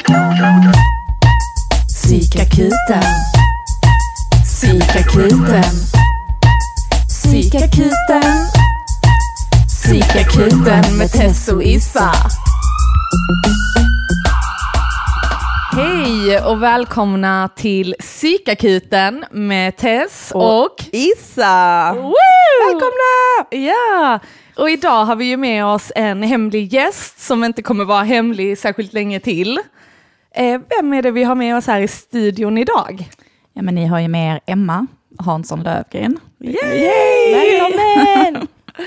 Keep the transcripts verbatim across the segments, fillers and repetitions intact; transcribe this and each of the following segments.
Psykakuten. Psykakuten. Psykakuten. Psykakuten med Tess och Issa. Hej och välkomna till Psykakuten med Tess och, och Issa. Woo! Välkomna! Ja, och idag har vi ju med oss en hemlig gäst som inte kommer vara hemlig särskilt länge till. Eh, vem är det vi har med oss här i studion idag? Ja, men ni har ju med er Emma Hansson Lövgren. Yay! Välkommen!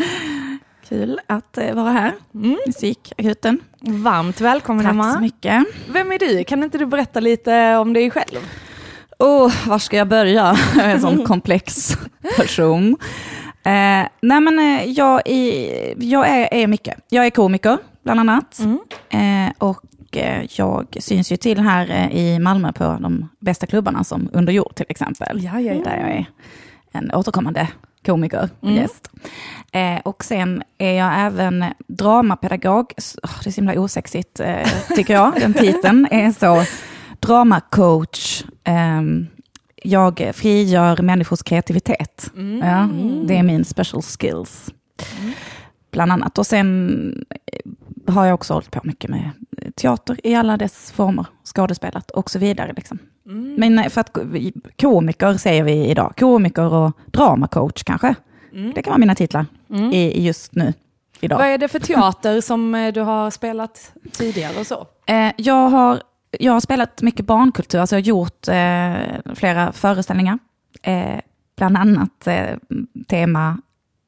Kul att eh, vara här Mm. i Psykakuten. Varmt välkommen, Emma. Tack så mycket. Vem är du? Kan inte du berätta lite om dig själv? Oh, var ska jag börja? Jag är en sån komplex person. Eh, nej men eh, jag, är, jag är, är mycket. Jag är komiker bland annat. Mm. Eh, och eh, jag syns ju till här eh, i Malmö på de bästa klubbarna som Under jord till exempel. Ja, ja, ja. Där jag är en återkommande komiker och Mm. gäst. Eh, och sen är jag även dramapedagog. Oh, det är så himla osexigt eh, tycker jag. Den titeln är så dramacoach. Eh, jag frigör människors kreativitet. Mm. Ja, det är min special skills. Mm. Bland annat. Och sen har jag också hållit på mycket med teater i alla dess former. Skådespelat och så vidare. Liksom. Mm. Men för att komiker säger vi idag. Komiker och dramacoach kanske. Mm. Det kan vara mina titlar Mm. i, just nu. Idag. Vad är det för teater som eh, du har spelat tidigare och så? Eh, jag, har, jag har spelat mycket barnkultur. Alltså jag har gjort eh, flera föreställningar. Eh, bland annat eh, tema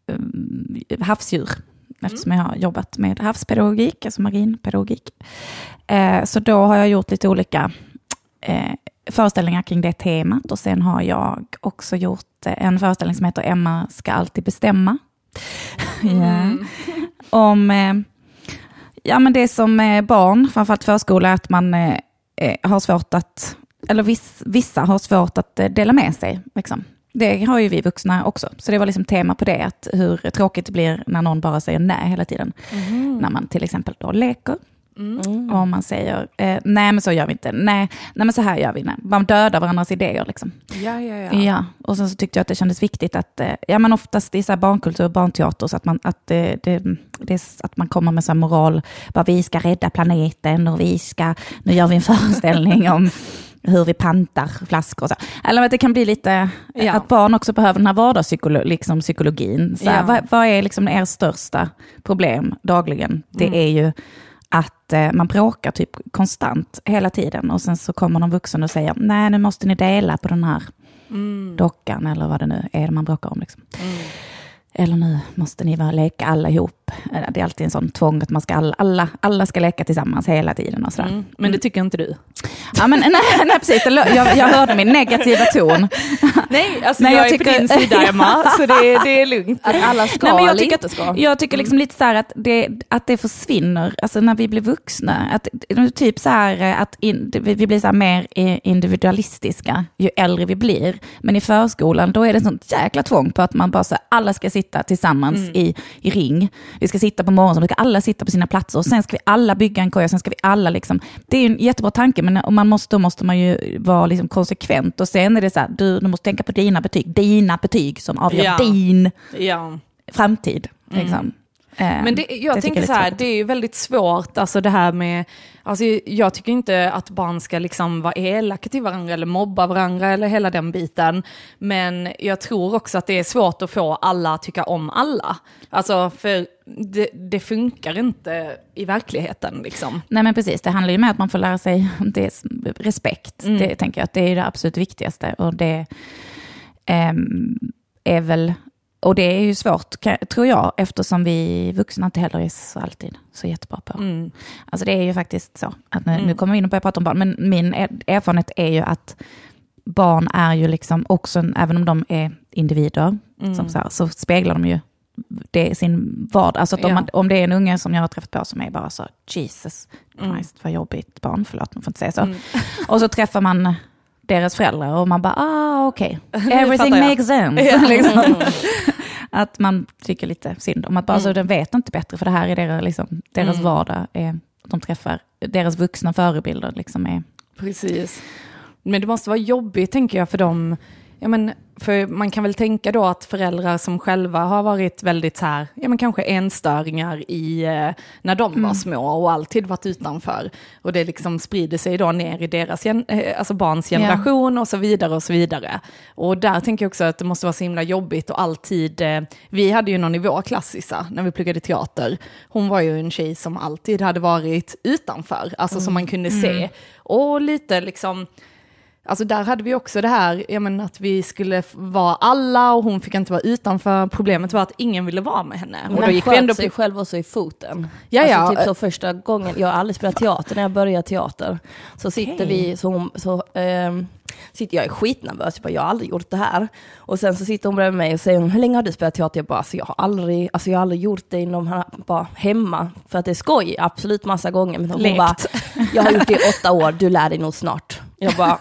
eh, havsdjur. Eftersom jag har jobbat med havspedagogik, alltså marinpedagogik. Eh, så då har jag gjort lite olika eh, föreställningar kring det temat. Och sen har jag också gjort eh, en föreställning som heter Emma ska alltid bestämma. Mm. yeah. Om eh, ja, men det som är barn, framförallt förskola, att man eh, har svårt att, eller viss, vissa har svårt att eh, dela med sig. Liksom. Det har ju vi vuxna också. Så det var liksom tema på det, att hur tråkigt det blir när någon bara säger nej hela tiden. Mm. När man till exempel då leker. Mm. Och man säger, eh, nej men så gör vi inte. Nej, nej men så här gör vi. Nej. Man dödar varandras idéer liksom. Ja, ja, ja. Ja, och sen så tyckte jag att det kändes viktigt att, eh, ja men oftast i så här barnkultur och barnteater, så att man, att, eh, det, det är att man kommer med så här moral, bara vi ska rädda planeten och vi ska, nu gör vi en föreställning om hur vi pantar flaskor och så. Eller att det kan bli lite, Ja. att barn också behöver den här vardagspsykolo- liksom psykologin. Så här, Ja. vad, vad är liksom er största problem dagligen? Det Mm. är ju att eh, man bråkar typ konstant hela tiden. Och sen så kommer någon vuxen och säger, nej nu måste ni dela på den här Mm. dockan eller vad det nu är man bråkar om. Liksom. Mm. Eller nu måste ni bara leka alla ihop. Det är alltid en sån tvång att man ska alla, alla, alla ska leka tillsammans hela tiden. Och sådär. Mm. Men det tycker inte du? Ja, men, nej, nej, precis. Jag, jag hörde min negativa ton. Nej, alltså Nej, jag, jag är tycker- på din sida, Emma, så det, det är lugnt. Att alla ska Nej, men jag eller tycker inte ska. Jag tycker liksom lite så här att det, att det försvinner, alltså när vi blir vuxna, att typ så här att in, vi blir så här mer individualistiska ju äldre vi blir, men i förskolan då är det sånt jäkla tvång på att man bara så här, alla ska sitta tillsammans Mm. i, i ring, vi ska sitta på morgonen, då ska alla sitta på sina platser och sen ska vi alla bygga en koja, sen ska vi alla liksom, det är ju en jättebra tanke, men om man måste, då måste man ju vara liksom konsekvent, och sen är det så här, du, du måste tänka på dina betyg, dina betyg som avgör Ja. din Ja. framtid. Liksom. Men det, jag Det tycker tänker jag så är här, tråkigt. det är ju väldigt svårt, alltså det här med, alltså jag tycker inte att barn ska liksom vara elaka till varandra eller mobba varandra eller hela den biten, men jag tror också att det är svårt att få alla att tycka om alla, alltså för det, det funkar inte i verkligheten liksom. Nej men precis, det handlar ju med att man får lära sig det är respekt. Mm. Det tänker jag att det är det absolut viktigaste, och det ehm, är väl, och det är ju svårt kan- tror jag, eftersom vi vuxna inte heller är så alltid så jättebra på. Mm. Alltså det är ju faktiskt så, att nu, Mm. nu kommer vi in och börja prata om barn, men min er- erfarenhet är ju att barn är ju liksom också, även om de är individer, Mm. som så, här, så speglar de ju det är sin vardag. Alltså att om, Ja. man, om det är en unge som jag har träffat på som är bara så, Jesus Mm. Christ, vad jobbigt barn, förlåt, man får inte säga så. Mm. Och så träffar man deras föräldrar och man bara, ah okej, okay. everything fattar jag. makes sense. Ja. liksom. Att man tycker lite synd om att bara, Mm. så den vet inte bättre, för det här är deras, liksom, deras Mm. vardag. Är, de träffar deras vuxna förebilder liksom är... Precis. Men det måste vara jobbigt, tänker jag, för dem. Ja, men, för man kan väl tänka då att föräldrar som själva har varit väldigt så här, ja men kanske enstöringar i, eh, när de mm. var små och alltid varit utanför. Och det liksom sprider sig då ner i deras gen- eh, alltså barns generation yeah. och så vidare och så vidare. Och där tänker jag också att det måste vara så himla jobbigt och alltid, eh, vi hade ju någon i vår klass, Issa, när vi pluggade teater. Hon var ju en tjej som alltid hade varit utanför, alltså mm. som man kunde se. Mm. Och lite liksom... Alltså där hade vi också det här, jag menar, att vi skulle vara alla och hon fick inte vara utanför. Problemet var att ingen ville vara med henne. Och då gick vi ändå sig själv också i foten. Ja, alltså ja. typ så första gången, jag har aldrig spelat teater när jag började teater. Så sitter okay. vi, så, hon, så ähm, sitter jag är skitnervös, jag, bara, jag har aldrig gjort det här. Och sen så sitter hon bredvid mig och säger, hur länge har du spelat teater? Jag bara, alltså, jag har aldrig, alltså, jag har aldrig gjort det inom, bara hemma. För att det är skoj, absolut massa gånger. Men hon Lekt. bara, jag har gjort det i åtta år, du lär dig nog snart. Jag bara...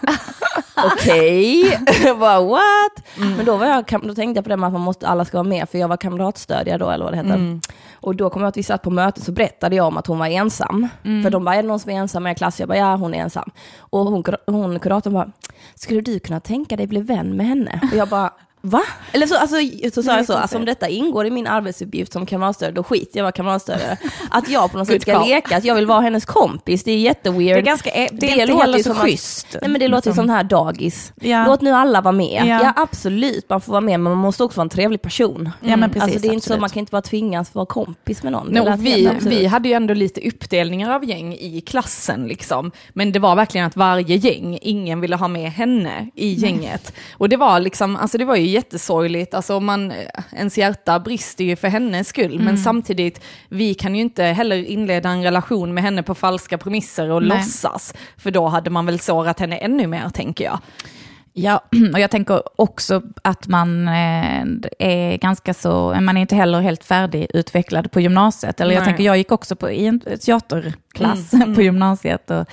Okej, okay. Jag bara what? Mm. Men då, var jag, då tänkte jag på det med att man måste, alla ska vara med, för jag var kamratstödjare då, eller vad det heter. Mm. Och då kom jag att vi satt på möte, så berättade jag om att hon var ensam. Mm. För de bara, är det någon som är ensam i klass? Jag bara, ja, hon är ensam. Och hon, hon kuratorn bara, skulle du kunna tänka dig bli vän med henne? Och jag bara, va? Eller så, alltså, så sa jag så, alltså, om detta ingår i min arbetsuppgift som kamratstödare, då skit jag var kamratstödare. Att jag på något sätt ska leka, att jag vill vara hennes kompis, det är jätteweird. Det är ganska, det, det är inte heller så som schysst. Att, nej men det låter som här dagis. Ja. Låt nu alla vara med. Ja. Ja, absolut, man får vara med, men man måste också vara en trevlig person. Mm. Ja, men precis, alltså det är inte absolut. så, man kan inte bara tvingas vara kompis med någon. No, vi, vi hade ju ändå lite uppdelningar av gäng i klassen liksom. Men det var verkligen att varje gäng, ingen ville ha med henne i gänget. Mm. Och det var liksom, alltså det var ju jättesorgligt. Alltså man, ens hjärta brister ju för hennes skull, mm. men samtidigt, vi kan ju inte heller inleda en relation med henne på falska premisser och Nej. låtsas, för då hade man väl sårat henne ännu mer, tänker jag. Ja, och jag tänker också att man är ganska så, man är inte heller helt färdigutvecklad på gymnasiet, eller jag Nej. tänker, jag gick också på, i en teaterklass mm. på gymnasiet, och,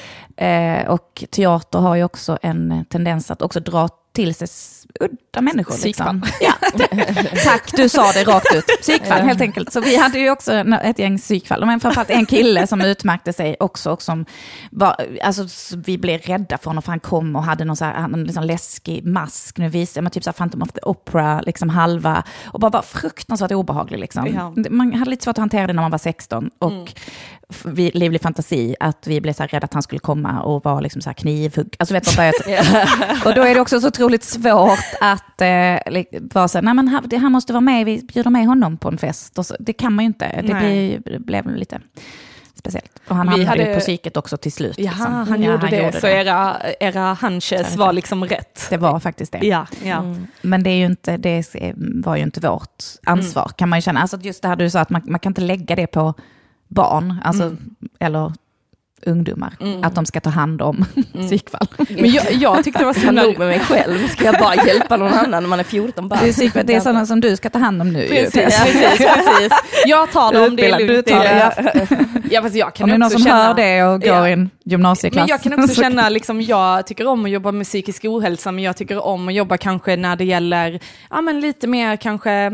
och teater har ju också en tendens att också dra till sig udda människor. Liksom. Ja. Tack, du sa det rakt ut. Psykfall, helt enkelt. Så vi hade ju också ett gäng psykfall. Men framförallt en kille som utmärkte sig också. Och som var, alltså, vi blev rädda för honom, för han kom och hade någon så här, någon liksom läskig mask. Nu visar man typ så här Phantom of the Opera, liksom halva. Och bara var fruktansvärt obehaglig. Liksom. Ja. Man hade lite svårt att hantera det när man var sexton. Och mm. vi, livlig fantasi att vi blev så här rädda att han skulle komma och vara liksom så här knivhugg. Alltså vet man bara, och då är det också så otroligt svårt att eh, vara så här, nej men han, det, han måste vara med, vi bjuder med honom på en fest. Och så, det kan man ju inte. Det, blir, det blev lite speciellt. Och han hamnade hade... på psyket också till slut. Jaha, liksom. han ja, gjorde han det. Gjorde så det. era, era hunches var liksom rätt. Det var faktiskt det. Ja, ja. Mm. Men det, är ju inte, det var ju inte vårt ansvar, mm. kan man ju känna. Alltså just det här du sa, att man, man kan inte lägga det på barn, alltså, mm. eller ungdomar, mm. att de ska ta hand om mm. psykfall. Men jag, jag tyckte det var så nog med mig själv. Ska jag bara hjälpa någon annan när man är fjorton bara? Det är, psykfall, det är sådana som du ska ta hand om nu. Precis, precis, precis. Jag tar dem, det är lugnt. Du tar det. Ja, fast jag kan om det är någon som känna... hör det och går ja. i en gymnasieklass. Men jag kan också känna, liksom, jag tycker om att jobba med psykisk ohälsa, men jag tycker om att jobba kanske när det gäller ja, men lite mer kanske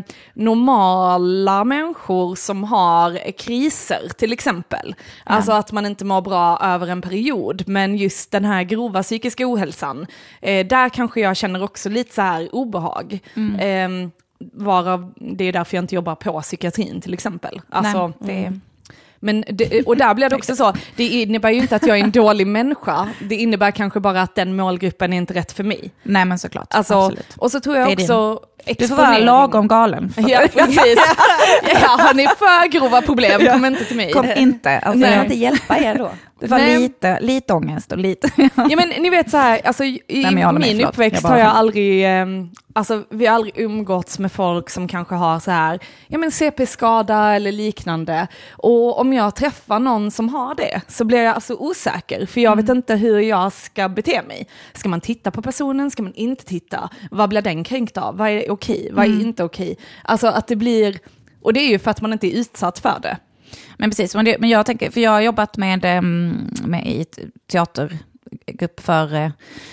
normala människor som har kriser, till exempel. Ja. Alltså att man inte mår bra över en period, men just den här grova psykiska ohälsan, eh, där kanske jag känner också lite så här obehag. Mm. Eh, varav, det är därför jag inte jobbar på psykiatrin till exempel. Alltså, Nej, det... Men det, och där blir det också så, det innebär ju inte att jag är en dålig människa, det innebär kanske bara att den målgruppen är inte rätt för mig. Nej, men såklart, alltså, absolut. Och så tror jag också du får vara lagom galen. Ja, precis. Ja, har ni för grova problem, kom inte till mig. Kom inte. Alltså, jag kan inte hjälpa er då. Det var lite, lite ångest och lite... Ja, men ni vet så här, alltså, i Nej, min med, uppväxt jag har jag aldrig, eh, alltså vi har aldrig umgåtts med folk som kanske har så här, ja men C P-skada eller liknande. Och om jag träffar någon som har det så blir jag alltså osäker, för jag mm. vet inte hur jag ska bete mig. Ska man titta på personen? Ska man inte titta? Vad blir den kränkt av? Vad är okej? Vad är mm. inte okej? Alltså att det blir, och det är ju för att man inte är utsatt för det. Men precis, men jag tänker, för jag har jobbat med, med i teatergrupp för eh,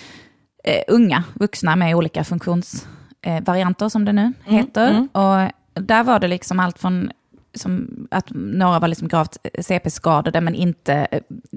unga vuxna med olika funktionsvarianter eh, som det nu heter. Mm, mm. Och där var det liksom allt från som, att några var liksom gravt C P-skadade, men inte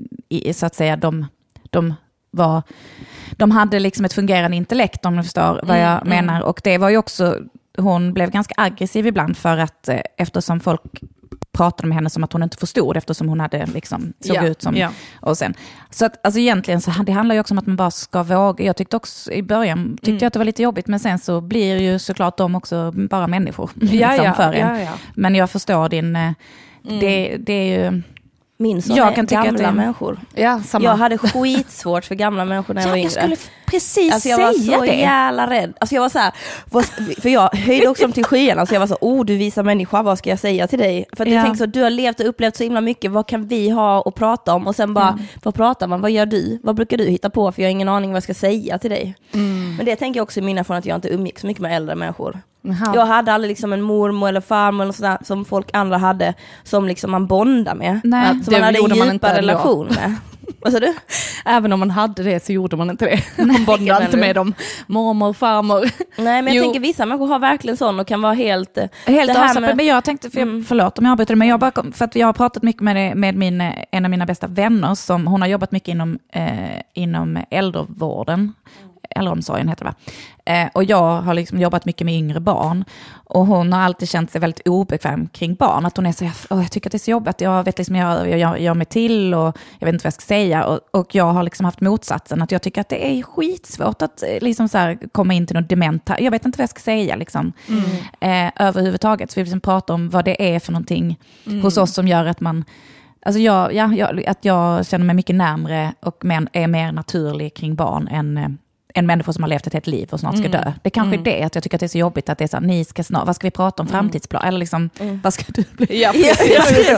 i, så att säga de, de var, de hade liksom ett fungerande intellekt, om du förstår vad jag mm, menar. Och det var ju också, hon blev ganska aggressiv ibland för att eftersom folk pratade med henne som att hon inte förstod, eftersom hon hade liksom såg ja, ut som ja. Och sen. Så att alltså egentligen så det handlar ju också om att man bara ska våga. Jag tyckte också i början tyckte mm. jag att det var lite jobbigt, men sen så blir ju såklart de också bara människor ja, liksom, ja, för en. Ja, ja. Men jag förstår din mm. det, det är ju min som jag är kan gamla tycka att det... människor. Ja, samma. Jag hade skitsvårt för gamla människor när jag ja, var yngre. Jag skulle precis alltså, jag säga det. Jag var så det. jävla rädd. Alltså jag var så här, för jag höjde också till skyarna, så jag var så, oh du visar människa, vad ska jag säga till dig? För att ja. jag tänkte så, du har levt och upplevt så himla mycket, vad kan vi ha och prata om? Och sen bara, mm. vad pratar man? Vad gör du? Vad brukar du hitta på? För jag har ingen aning vad jag ska säga till dig. Mm. Men det tänker jag också i mina från att jag inte umgick så mycket med äldre människor. Aha. Jag hade aldrig liksom en mormor eller farmor eller sådär, som folk andra hade, som liksom man bondar med. Nej, som man hade en djupa man relation med. Vad sa du? Även om man hade det så gjorde man inte det. Man bondade inte med dem. Mormor, farmor. Nej, men jag jo. tänker vissa människor har verkligen sån och kan vara helt... Helt avslappnad. Med... Men jag tänkte, för jag, mm. förlåt om jag avbryter, men jag bara, för att jag har pratat mycket med, det, med min, en av mina bästa vänner, som hon har jobbat mycket inom, eh, inom äldrevården. Äldreomsorgen heter det va? Eh, och jag har liksom jobbat mycket med yngre barn. Och hon har alltid känt sig väldigt obekväm kring barn. Att hon är så, oh, jag tycker att det är så jobbigt. Jag vet liksom, jag, jag, jag gör mig till och jag vet inte vad jag ska säga. Och, och jag har liksom haft motsatsen. Att jag tycker att det är skitsvårt att liksom så här, komma in till något dement. Jag vet inte vad jag ska säga liksom. Mm. Eh, överhuvudtaget. Så vi liksom pratar om vad det är för någonting mm. hos oss som gör att man... Alltså jag, ja, jag, att jag känner mig mycket närmare och men, är mer naturlig kring barn än... en människa som har levt ett helt liv och snart ska dö. Det kanske mm. är det, att jag tycker att det är så jobbigt att det är så här, ni ska snart, vad ska vi prata om, framtidsplan? Eller liksom, mm. vad ska du bli? Ja, precis.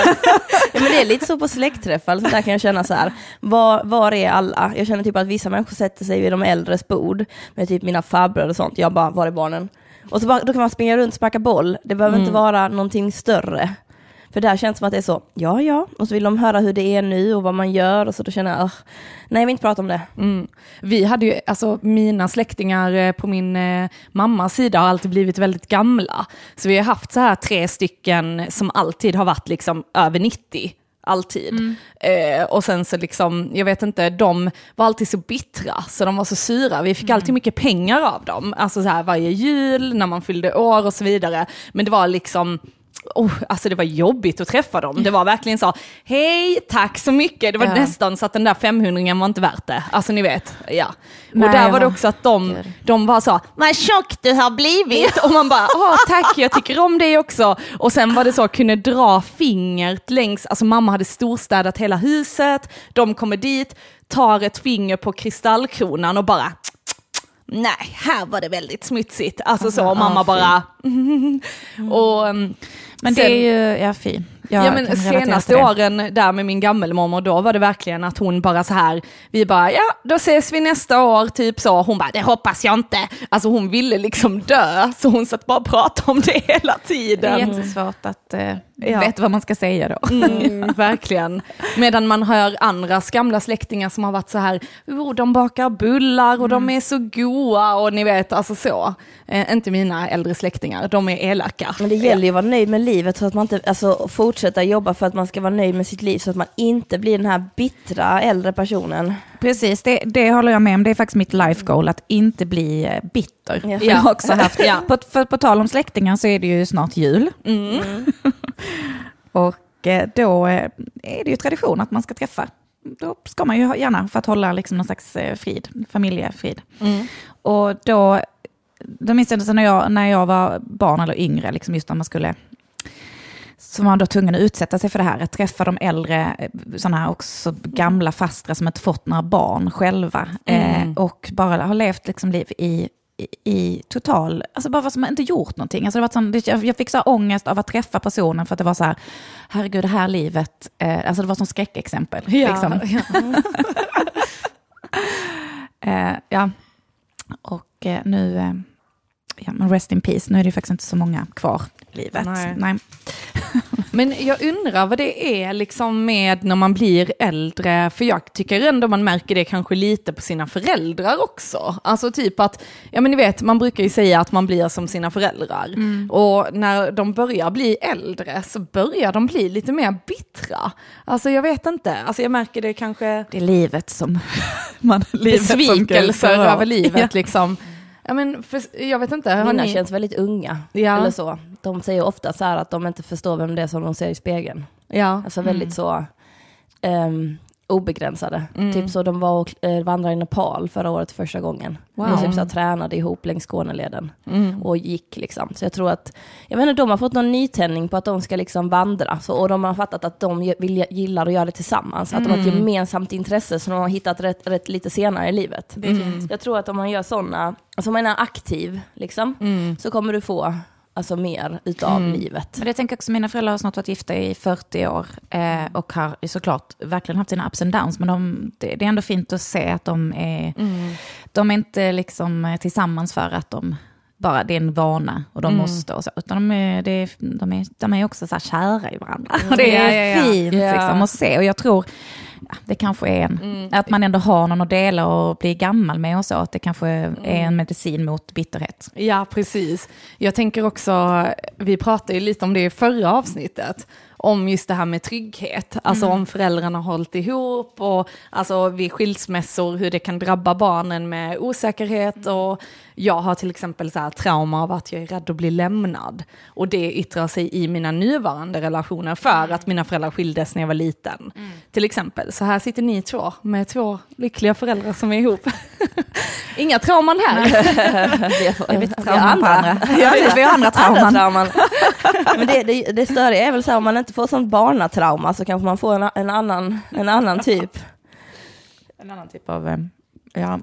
Ja, men det är lite så på släktträffar, så där kan jag känna så här, var, var är alla? Jag känner typ att vissa människor sätter sig vid de äldres bord, med typ mina farbröder och sånt, jag bara, var är barnen? Och så bara, då kan man springa runt och sparka boll, det behöver mm. inte vara någonting större. För det här känns som att det är så, ja, ja. Och så vill de höra hur det är nu och vad man gör. Och så då känner jag, nej, jag vill inte prata om det. Mm. Vi hade ju, alltså mina släktingar på min eh, mammas sida har alltid blivit väldigt gamla. Så vi har haft så här tre stycken som alltid har varit liksom över nittio. Alltid. Mm. Eh, och sen så liksom, jag vet inte, de var alltid så bittra, så de var så sura. Vi fick mm. alltid mycket pengar av dem. Alltså så här varje jul, när man fyllde år och så vidare. Men det var liksom... Oh, alltså det var jobbigt att träffa dem. Det var verkligen så, hej, tack så mycket. Det var ja. nästan så att den där femhundringen var inte värt det. Alltså ni vet, ja. Nej, och där var det också att de, de var så, vad tjock du har blivit. Och man bara, åh tack, jag tycker om det också. Och sen var det så, kunde dra fingret längs, alltså mamma hade storstädat hela huset. De kommer dit, tar ett finger på kristallkronan och bara... nej, här var det väldigt smutsigt. Alltså så, och mamma bara... och, um, men sen, det är ju, ja, fin. Ja, men senaste åren där med min gammelmormor, då var det verkligen att hon bara så här, vi bara, ja, då ses vi nästa år, typ så. Hon bara, det hoppas jag inte. Alltså hon ville liksom dö, så hon satt bara och pratade om det hela tiden. Det är jättesvårt att eh, ja. veta vad man ska säga då. Mm, verkligen. Medan man hör andras gamla släktingar som har varit så här, oh, de bakar bullar och mm. de är så goa och ni vet, alltså så. Eh, inte mina äldre släktingar, de är elaka. Men det gäller ju att vara nöjd med livet, så att man inte, alltså fortsätta jobba för att man ska vara nöjd med sitt liv, så att man inte blir den här bittra äldre personen. Precis, det, det håller jag med om. Det är faktiskt mitt life goal, att inte bli bitter. Ja. Jag har också haft, ja. på, för, på tal om släktingar så är det ju snart jul. Mm. Och då är det ju tradition att man ska träffa. Då ska man ju gärna, för att hålla liksom någon slags frid, familjefrid. Mm. Och då, då minns jag när jag, när jag var barn eller yngre, liksom just när man skulle... så var man då tvungen att utsätta sig för det här, att träffa de äldre, sådana här också gamla fastrar som inte fått några barn själva. Mm. Eh, och bara har levt liksom liv i, i, i total, alltså bara som inte gjort någonting. Alltså det var sån, det, jag fick så här ångest av att träffa personen, för att det var så här, herregud, det här livet, eh, alltså det var som skräckexempel. Ja, liksom. ja. eh, ja. Och eh, nu... Eh, ja, men rest in peace. Nu är det ju faktiskt inte så många kvar i livet. Nej. Nej. Men jag undrar vad det är liksom med när man blir äldre, för jag tycker ändå man märker det kanske lite på sina föräldrar också. Alltså typ att, ja men ni vet, man brukar ju säga att man blir som sina föräldrar. Mm. Och när de börjar bli äldre så börjar de bli lite mer bittra. Alltså jag vet inte, alltså jag märker det kanske... Det är livet som... man, livet besvikelser som över livet ja. liksom. Ja, men för, jag vet inte. Mina ni... känns väldigt unga. Ja. Eller så. De säger ofta så här att de inte förstår vem det är som de ser i spegeln. Ja. Alltså väldigt mm. så um, obegränsade. Mm. Typ så de var och eh, vandrade i Nepal förra året första gången. Wow. De typ så tränade ihop längs Skåneleden. Mm. Och gick liksom. Så jag tror att, jag vet inte, de har fått någon nytändning på att de ska liksom vandra. Så, och de har fattat att de vill, gillar att göra det tillsammans. Mm. Att de har ett gemensamt intresse som de har hittat rätt, rätt lite senare i livet. Det är fint. Jag tror att om man gör sådana, alltså om man är aktiv liksom, mm. så kommer du få alltså mer utav mm. livet. Men jag tänker också, mina föräldrar har snart varit gifta i fyrtio år eh, och har såklart verkligen haft sina ups and downs, men de, det, det är ändå fint att se att de är, mm. de är inte liksom tillsammans för att de bara, det är en vana och de mm. måste och så, utan de är, det är, de är, de är också så här kära i varandra. Mm. Och det är ja, ja, ja. fint ja. Liksom, att se, och jag tror ja, det kanske är en, mm. att man ändå har någon att dela och bli gammal med och så, att det kanske mm. är en medicin mot bitterhet. Ja, precis. Jag tänker också, vi pratade ju lite om det i förra avsnittet, om just det här med trygghet. Alltså mm. om föräldrarna har hållit ihop och alltså vid skilsmässor, hur det kan drabba barnen med osäkerhet. Och jag har till exempel så här trauma av att jag är rädd att bli lämnad. Och det yttrar sig i mina nuvarande relationer för att mina föräldrar skildes när jag var liten. Mm. Till exempel. Så här sitter ni två med två lyckliga föräldrar som är ihop. Inga trauman här. vi har, vi har andra. andra. Ja, vi har andra trauman. Andra trauman. Men det, det, det större är väl så här, om man inte får sånt barnatrauma så kanske man får en, en, annan, en annan typ. En annan typ av, ja.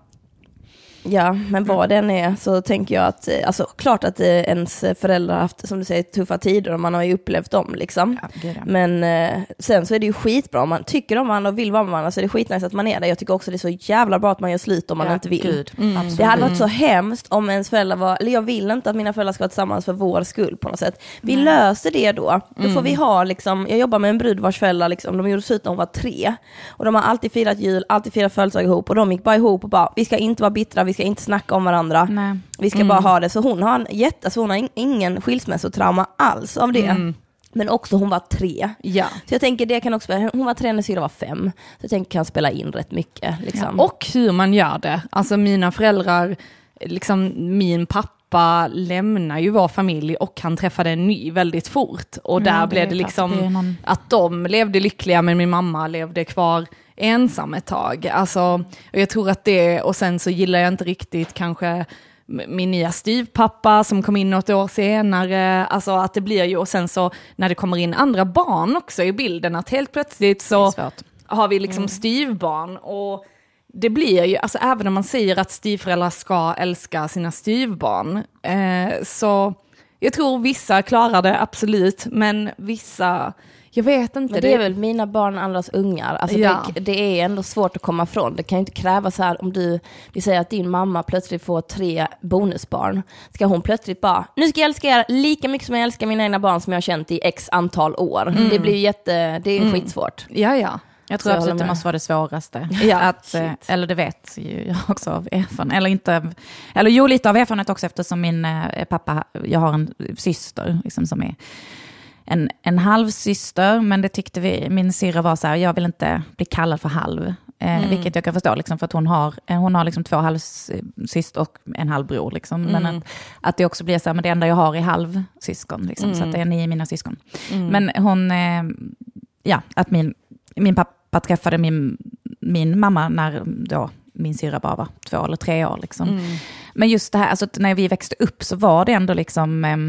Ja, men vad den är så tänker jag att, alltså klart att ens föräldrar har haft, som du säger, tuffa tider och man har ju upplevt dem liksom. Ja, det det. Men eh, sen så är det ju skitbra om man tycker om varandra och vill vara med varandra, så är det skitnice att man är där. Jag tycker också det är så jävla bra att man gör slut om man ja, inte vill. Gud. Mm. Det hade varit så hemskt om ens föräldrar var, eller jag vill inte att mina föräldrar ska vara tillsammans för vår skull på något sätt. Vi Nej. löser det då. Då mm. får vi ha liksom, jag jobbar med en brud vars föräldrar liksom, de gjorde slut när hon var tre. Och de har alltid firat jul, alltid firat födelsedag ihop, och de gick bara ihop och bara, vi ska inte vara bittra, vi ska inte snacka om varandra. Nej. Vi ska mm. bara ha det. Så hon har en jätte, alltså hon har ingen skilsmässotrauma alls av det. Mm. Men också hon var tre. Ja. Så jag tänker det kan också, hon var tre när Syra var fem. Så jag tänker kan spela in rätt mycket. Liksom. Ja. Och hur man gör det. Alltså mina föräldrar, liksom min pappa lämnar ju vår familj och han träffade en ny väldigt fort. Och där ja, blev det liksom det någon... att de levde lyckliga men min mamma levde kvar ensam ett tag. Alltså, och jag tror att det, och sen så gillar jag inte riktigt kanske min nya styvpappa som kom in något år senare. Alltså att det blir ju, och sen så när det kommer in andra barn också i bilden, att helt plötsligt så har vi liksom mm. styvbarn, och det blir ju, alltså även om man säger att styvföräldrar ska älska sina styvbarn, eh, så jag tror vissa klarar det absolut, men vissa, jag vet inte. Men det är väl mina barn, andras ungar. Alltså ja. det, det är ändå svårt att komma ifrån. Det kan ju inte krävas så här, om du, du säger att din mamma plötsligt får tre bonusbarn. Ska hon plötsligt bara, nu ska jag älska er lika mycket som jag älskar mina egna barn som jag har känt i x antal år. Mm. Det blir ju jätte, det är mm. skitsvårt. Ja, ja. Jag tror så absolut det måste vara det svåraste. Ja, att, eller det vet ju jag också av erfarenhet. Eller, inte, eller jo, lite av erfarenhet också, eftersom min eh, pappa, jag har en syster liksom, som är en, en halvsyster, men det tyckte vi, min syrra var så här, jag vill inte bli kallad för halv. Eh, mm. Vilket jag kan förstå, liksom, för att hon har, hon har liksom två halvsyster och en halvbror. Liksom. Mm. Men att, att det också blir så här, men det enda jag har är halvsyskon. Liksom, mm. Så att det är ni mina syskon. Mm. Men hon, eh, ja, att min, min pappa träffade min, min mamma när då min syrra bara var två eller tre år. Liksom. Mm. Men just det här, alltså, när vi växte upp så var det ändå liksom... Eh,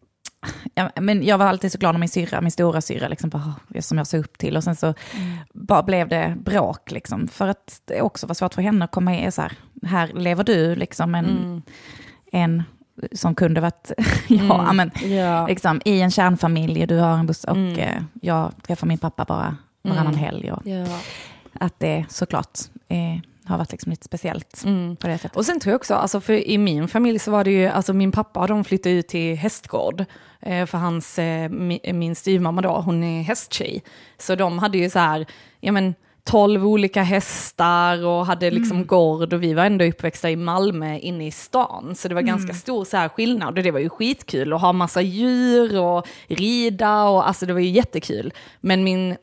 Ja, men jag var alltid så glad när min syrra, min stora syrra liksom, bara, som jag såg upp till, och sen så mm. bara blev det bråk liksom, för att det också var svårt för henne att komma i så här, här lever du liksom en, mm. en som kunde varit ja, mm. men, ja. Liksom, i en kärnfamilj, du har en buss och mm. eh, jag träffar min pappa bara varannan mm. helg och, ja. Att det såklart är har varit liksom lite speciellt Mm. på det sättet. Och sen tror jag också, alltså för i min familj så var det ju, alltså min pappa, de flyttade ut till Hästgård. Eh, för hans, eh, min, min styvmamma då, hon är hästtjej. Så de hade ju så här, ja men tolv olika hästar och hade liksom mm. gård, och vi var ändå uppväxta i Malmö inne i stan. Så det var mm. ganska stor så här skillnad, och det var ju skitkul att ha massa djur och rida, och alltså det var ju jättekul. Men min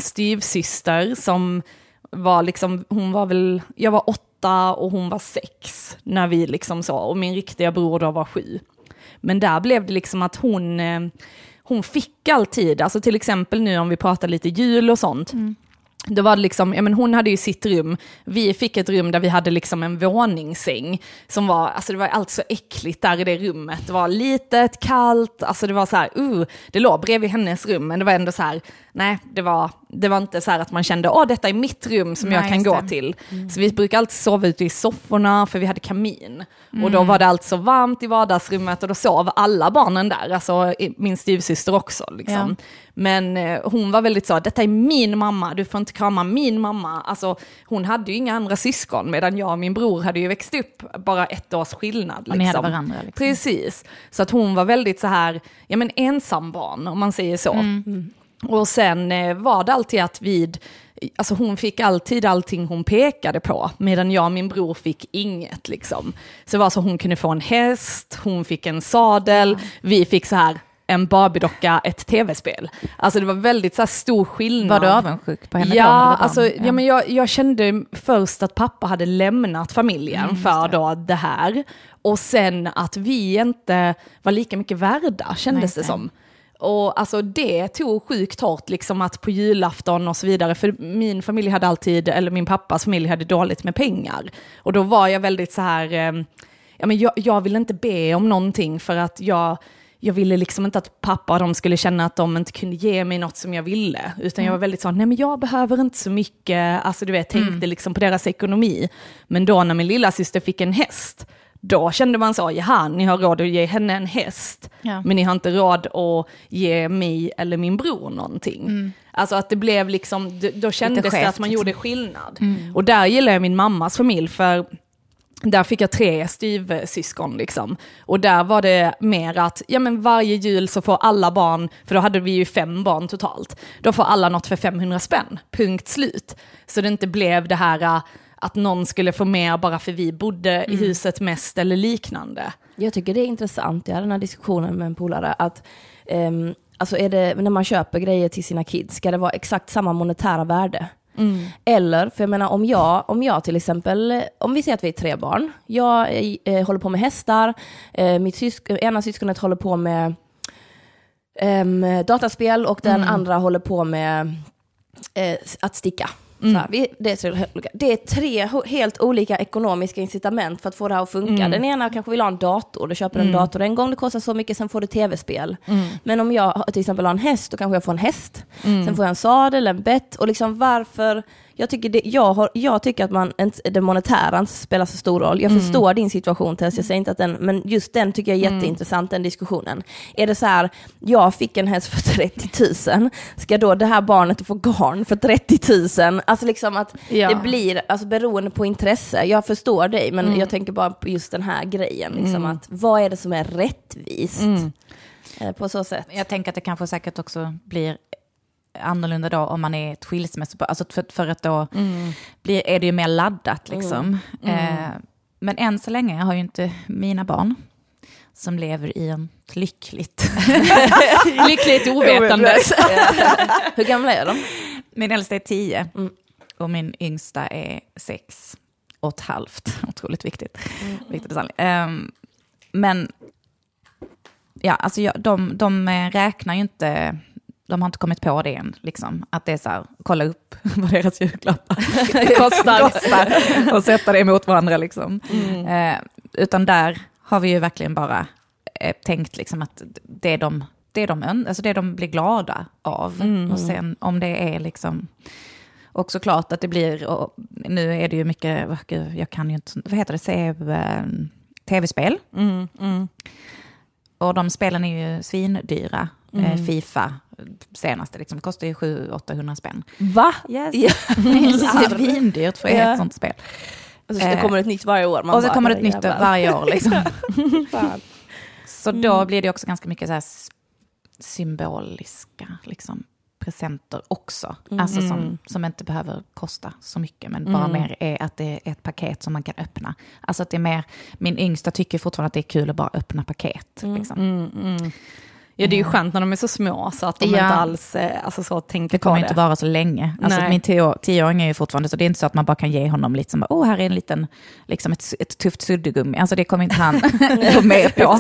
styvsyster som var liksom, hon var väl, jag var åtta och hon var sex när vi liksom så, och min riktiga bror då var sju. Men där blev det liksom att hon, hon fick alltid, alltså till exempel nu om vi pratar lite jul och sånt, mm. då var det liksom, ja men hon hade ju sitt rum, vi fick ett rum där vi hade liksom en våningssäng som var, alltså det var allt så äckligt där i det rummet, det var litet, kallt, alltså det var så här, uh, det låg bredvid hennes rum, men det var ändå så här, nej, det var, det var inte så här att man kände, åh detta är mitt rum som nej, jag kan gå det. till. Mm. Så vi brukade alltid sova ute i sofforna för vi hade kamin. Mm. Och då var det allt så varmt i vardagsrummet, och då sov alla barnen där, alltså min styvsyster också liksom. Ja. Men eh, hon var väldigt så, detta är min mamma, du får inte krama min mamma. Alltså hon hade ju inga andra syskon, medan jag och min bror hade ju växt upp bara ett års skillnad. Liksom. Och ni hade varandra. Liksom. Precis. Så att hon var väldigt så här, ja men ensam barn om man säger så. Mm. Mm. Och sen eh, var det alltid att vid, alltså hon fick alltid allting hon pekade på, medan jag och min bror fick inget liksom. Så det var så, hon kunde få en häst, hon fick en sadel, mm. vi fick så här en Barbie-docka, ett tv-spel. Alltså det var väldigt så här stor skillnad. Var du avundsjuk på henne? Ja, då, alltså, ja. ja, men jag, jag kände först att pappa hade lämnat familjen mm, för det. Då det här. Och sen att vi inte var lika mycket värda, kändes Nej, det som. Och alltså det tog sjukt hårt liksom, att på julafton och så vidare, för min familj hade alltid, eller min pappas familj hade dåligt med pengar. Och då var jag väldigt så här, eh, ja men jag, jag ville inte be om någonting, för att jag Jag ville liksom inte att pappa och de skulle känna att de inte kunde ge mig något som jag ville. Utan mm. jag var väldigt så, nej men jag behöver inte så mycket. Alltså du vet, tänkte mm. liksom på deras ekonomi. Men då när min lilla syster fick en häst, då kände man så, jaha, ni har råd att ge henne en häst. Ja. Men ni har inte råd att ge mig eller min bror någonting. Mm. Alltså att det blev liksom, då kändes det att man gjorde skillnad. Mm. Och där gillar jag min mammas familj, för där fick jag tre styvsyskon liksom. Och där var det mer att, ja men varje jul så får alla barn, för då hade vi ju fem barn totalt, då får alla något för femhundra spänn, punkt slut. Så det inte blev det här att någon skulle få mer bara för vi bodde mm. i huset mest eller liknande. Jag tycker det är intressant, jag hade den här diskussionen med en polare, att um, alltså är det, när man köper grejer till sina kids, ska det vara exakt samma monetära värde? Mm. Eller, för jag menar om jag, om jag till exempel, om vi säger att vi är tre barn, jag eh, håller på med hästar, eh, mitt sysk- ena syskonet håller på med eh, dataspel, och den mm. andra håller på med eh, att sticka. Mm. Så här, vi, det, är tre, det är tre helt olika ekonomiska incitament för att få det här att funka. Mm. Den ena kanske vill ha en dator, du köper en mm. dator en gång, det kostar så mycket, sen får du tv-spel. Mm. Men om jag till exempel har en häst, då kanske jag får en häst. Mm. Sen får jag en sadel, en bett, och liksom varför... Jag tycker, det, jag, har, jag tycker att man, det monetära spelar så stor roll. Jag mm. förstår din situation, Tess, jag säger inte att den, men just den tycker jag är jätteintressant, den diskussionen. Är det så här, jag fick en häst för trettio tusen, ska då det här barnet få garn för trettio tusen? Alltså liksom att ja. det blir, alltså beroende på intresse. Jag förstår dig, men mm. jag tänker bara på just den här grejen. Liksom mm. att, vad är det som är rättvist? Mm. På så sätt. Jag tänker att det kanske säkert också blir annorlunda då om man är ett skilsmässa, alltså för, för att då mm. blir, är det ju mer laddat liksom. Mm. Mm. Eh, men än så länge har ju inte mina barn, som lever i en lyckligt lyckligt ovetandes. Hur gamla är de? Min äldsta är tio mm. och min yngsta är sex och ett halvt. Otroligt viktigt. Mm. viktigt detalj. Eh, men ja, alltså jag, de, de räknar ju inte. De har inte kommit på det än, liksom. Att det är så här, kolla upp vad deras julklappar kostar, kostar och sätta det emot varandra. Liksom. Mm. Eh, utan där har vi ju verkligen bara eh, tänkt liksom, att det är de, det är de, alltså det är de blir glada av. Mm. Och sen om det är liksom... Och såklart att det blir... Och nu är det ju mycket... Jag kan ju inte... Vad heter det? Se, eh, tv-spel. Mm. Mm. Och de spelen är ju svindyra. Mm. Eh, FIFA senaste, liksom, kostar ju sju till åttahundra spänn. Va? Yes. Yeah. Det är vindyrt för yeah. ett sånt spel. Och så det kommer ett nytt varje år. Man och så bara, kommer det ett nytt jävlar. varje år. Liksom. Så då mm. blir det också ganska mycket så här symboliska liksom, presenter också. Mm. Alltså som, som inte behöver kosta så mycket. Men bara mm. mer är att det är ett paket som man kan öppna. Alltså att det är mer, min yngsta tycker fortfarande att det är kul att bara öppna paket. Mm. Liksom. Mm, mm. Ja, det är ju skönt när de är så små så att de ja. inte alls alltså, så tänker det kommer på det. Inte vara så länge. Alltså, min tio, tioåring är ju fortfarande så det är inte så att man bara kan ge honom lite som, åh, här är en liten, liksom ett, ett tufft suddgummi. Alltså det kommer inte han gå med på.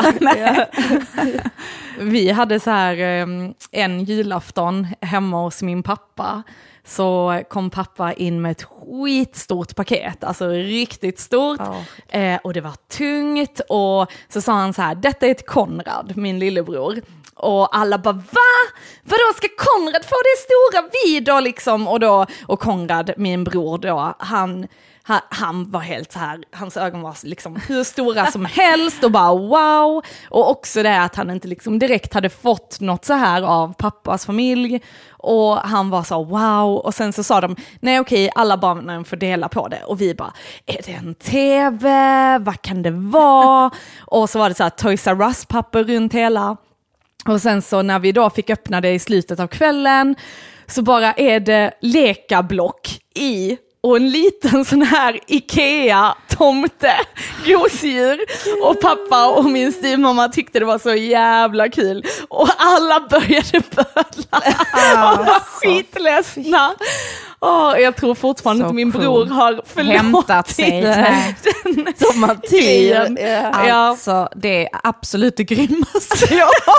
Vi hade så här en julafton hemma hos min pappa. Så kom pappa in med ett skitstort paket, alltså riktigt stort. Oh. Eh, och det var tungt. Och så sa han så här, detta är till Konrad, min lillebror. Och alla bara, va? Vadå, ska Konrad få det stora vi då liksom? Och, då, och Konrad, min bror då, han... Han, han var helt så här, hans ögon var liksom hur stora som helst och bara wow. Och också det att han inte liksom direkt hade fått något så här av pappas familj. Och han var så wow. Och sen så sa de, nej okej, alla barnen får dela på det. Och vi bara, är det en tv? Vad kan det vara? Och så var det så här Toys R Us-papper runt hela. Och sen så när vi då fick öppna det i slutet av kvällen så bara är det lekablock i och en liten sån här Ikea tomte gosedjur. Och pappa och min styvmamma tyckte det var så jävla kul. Och alla började böla och var skitledsna. Oh, jag tror fortfarande så att min cool. bror har hämtat sig den sommartiden. Yeah. Alltså, det är absolut det grymmaste.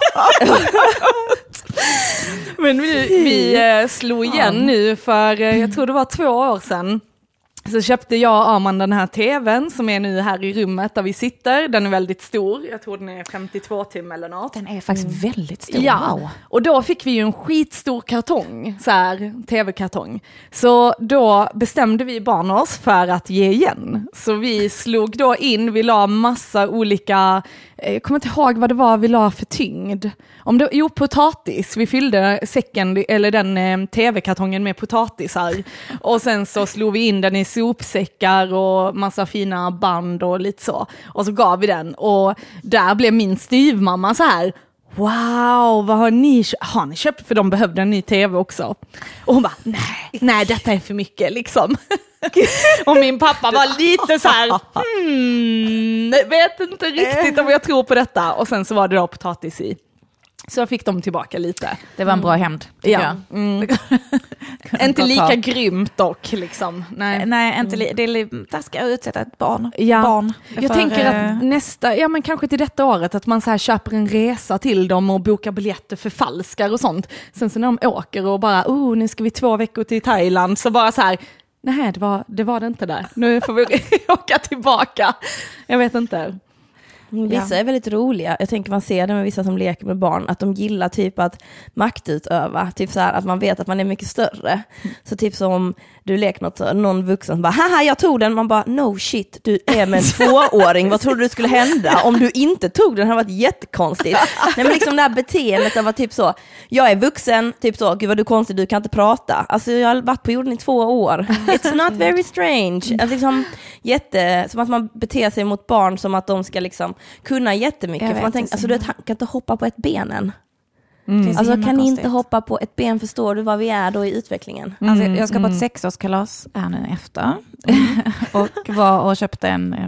Men vi, vi slog igen nu för jag tror det var två år sedan. Så köpte jag och Arman den här tvn som är nu här i rummet där vi sitter. Den är väldigt stor. Jag tror den är femtiotvå timmar eller något. Den är faktiskt mm. väldigt stor. Ja, wow. Och då fick vi ju en skitstor kartong, så här tv-kartong. Så då bestämde vi barn oss för att ge igen. Så vi slog då in, vi la massa olika, jag kommer inte ihåg vad det var vi la för tyngd. Om det, jo, potatis. Vi fyllde säcken, eller den eh, tv-kartongen med potatisar. Och sen så slog vi in den i sopsäckar och massa fina band och lite så. Och så gav vi den. Och där blev min styvmamma så här, wow, vad har ni köpt? Har ni köpt? För de behövde en ny tv också. Och hon bara, nej, nej, detta är för mycket liksom. Och min pappa var lite så här, hmm, vet inte riktigt om jag tror på detta. Och sen så var det då potatis i. Så jag fick dem tillbaka lite. Det var en bra hämnd. Ja. Mm. Inte lika grymt dock. Liksom. Nej, Nej inte li- det är där ska jag utsätta ett barn. Ja. barn jag för, tänker att nästa, ja men kanske till detta året, att man så här köper en resa till dem och bokar biljetter för falskar och sånt. Sen så när de åker och bara, oh nu ska vi två veckor till Thailand, så bara så här, nej det var det, var det inte där. Nu får vi åka tillbaka. Jag vet inte. Vissa ja. är väldigt roliga. Jag tänker man ser det med vissa som leker med barn, att de gillar typ att maktutöva, typ så här att man vet att man är mycket större. Mm. Så typ som du leker något, så någon vuxen bara, haha jag tog den, man bara, no shit, du är med en tvååring, vad trodde du skulle hända om du inte tog den? Det hade varit jättekonstigt. Nej men liksom det här beteendet av att typ så, jag är vuxen, typ så, gud vad du är konstig, du kan inte prata. Alltså jag har varit på jorden i två år. It's not very strange. Alltså, liksom, jätte, som att man beter sig mot barn som att de ska liksom kunna jättemycket. För man tänker, alltså du kan inte hoppa på ett benen. Mm. Alltså kan ni inte hoppa på ett ben, förstår du vad vi är då i utvecklingen? Mm. Alltså, jag ska på ett sexårskalas här nu efter. Mm. och var och köpte en eh,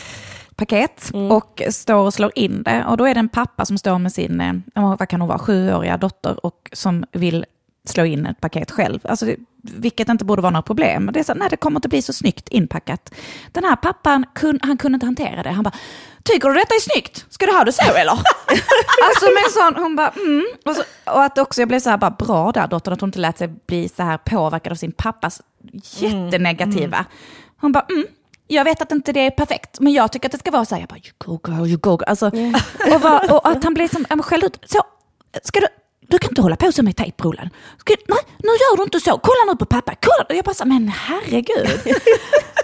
paket mm. och står och slår in det. Och då är det en pappa som står med sin, eh, vad kan hon vara, sjuåriga dotter och som vill slå in ett paket själv. Alltså det, vilket inte borde vara något problem. Det är så, nej, det kommer inte bli så snyggt inpackat. Den här pappan, kun, han kunde inte hantera det. Han bara, tycker du detta är snyggt? Ska du ha det så eller? Alltså med sån, hon bara, mm. Och, så, och att också jag blev så här, bara bra där dottern, att hon inte lät sig bli så här påverkad av sin pappas jättenegativa. Mm. Hon bara, mm. Jag vet att inte det är perfekt, men jag tycker att det ska vara så här. Jag bara, you go girl, you go girl. Alltså, mm. och, var, och att han blev som, jag själv ut, så, ska du, du kan inte hålla på så med tejprullen. Ska, nej, nu gör du inte så. Kolla nu på pappa. Kolla. Jag bara så, men herregud.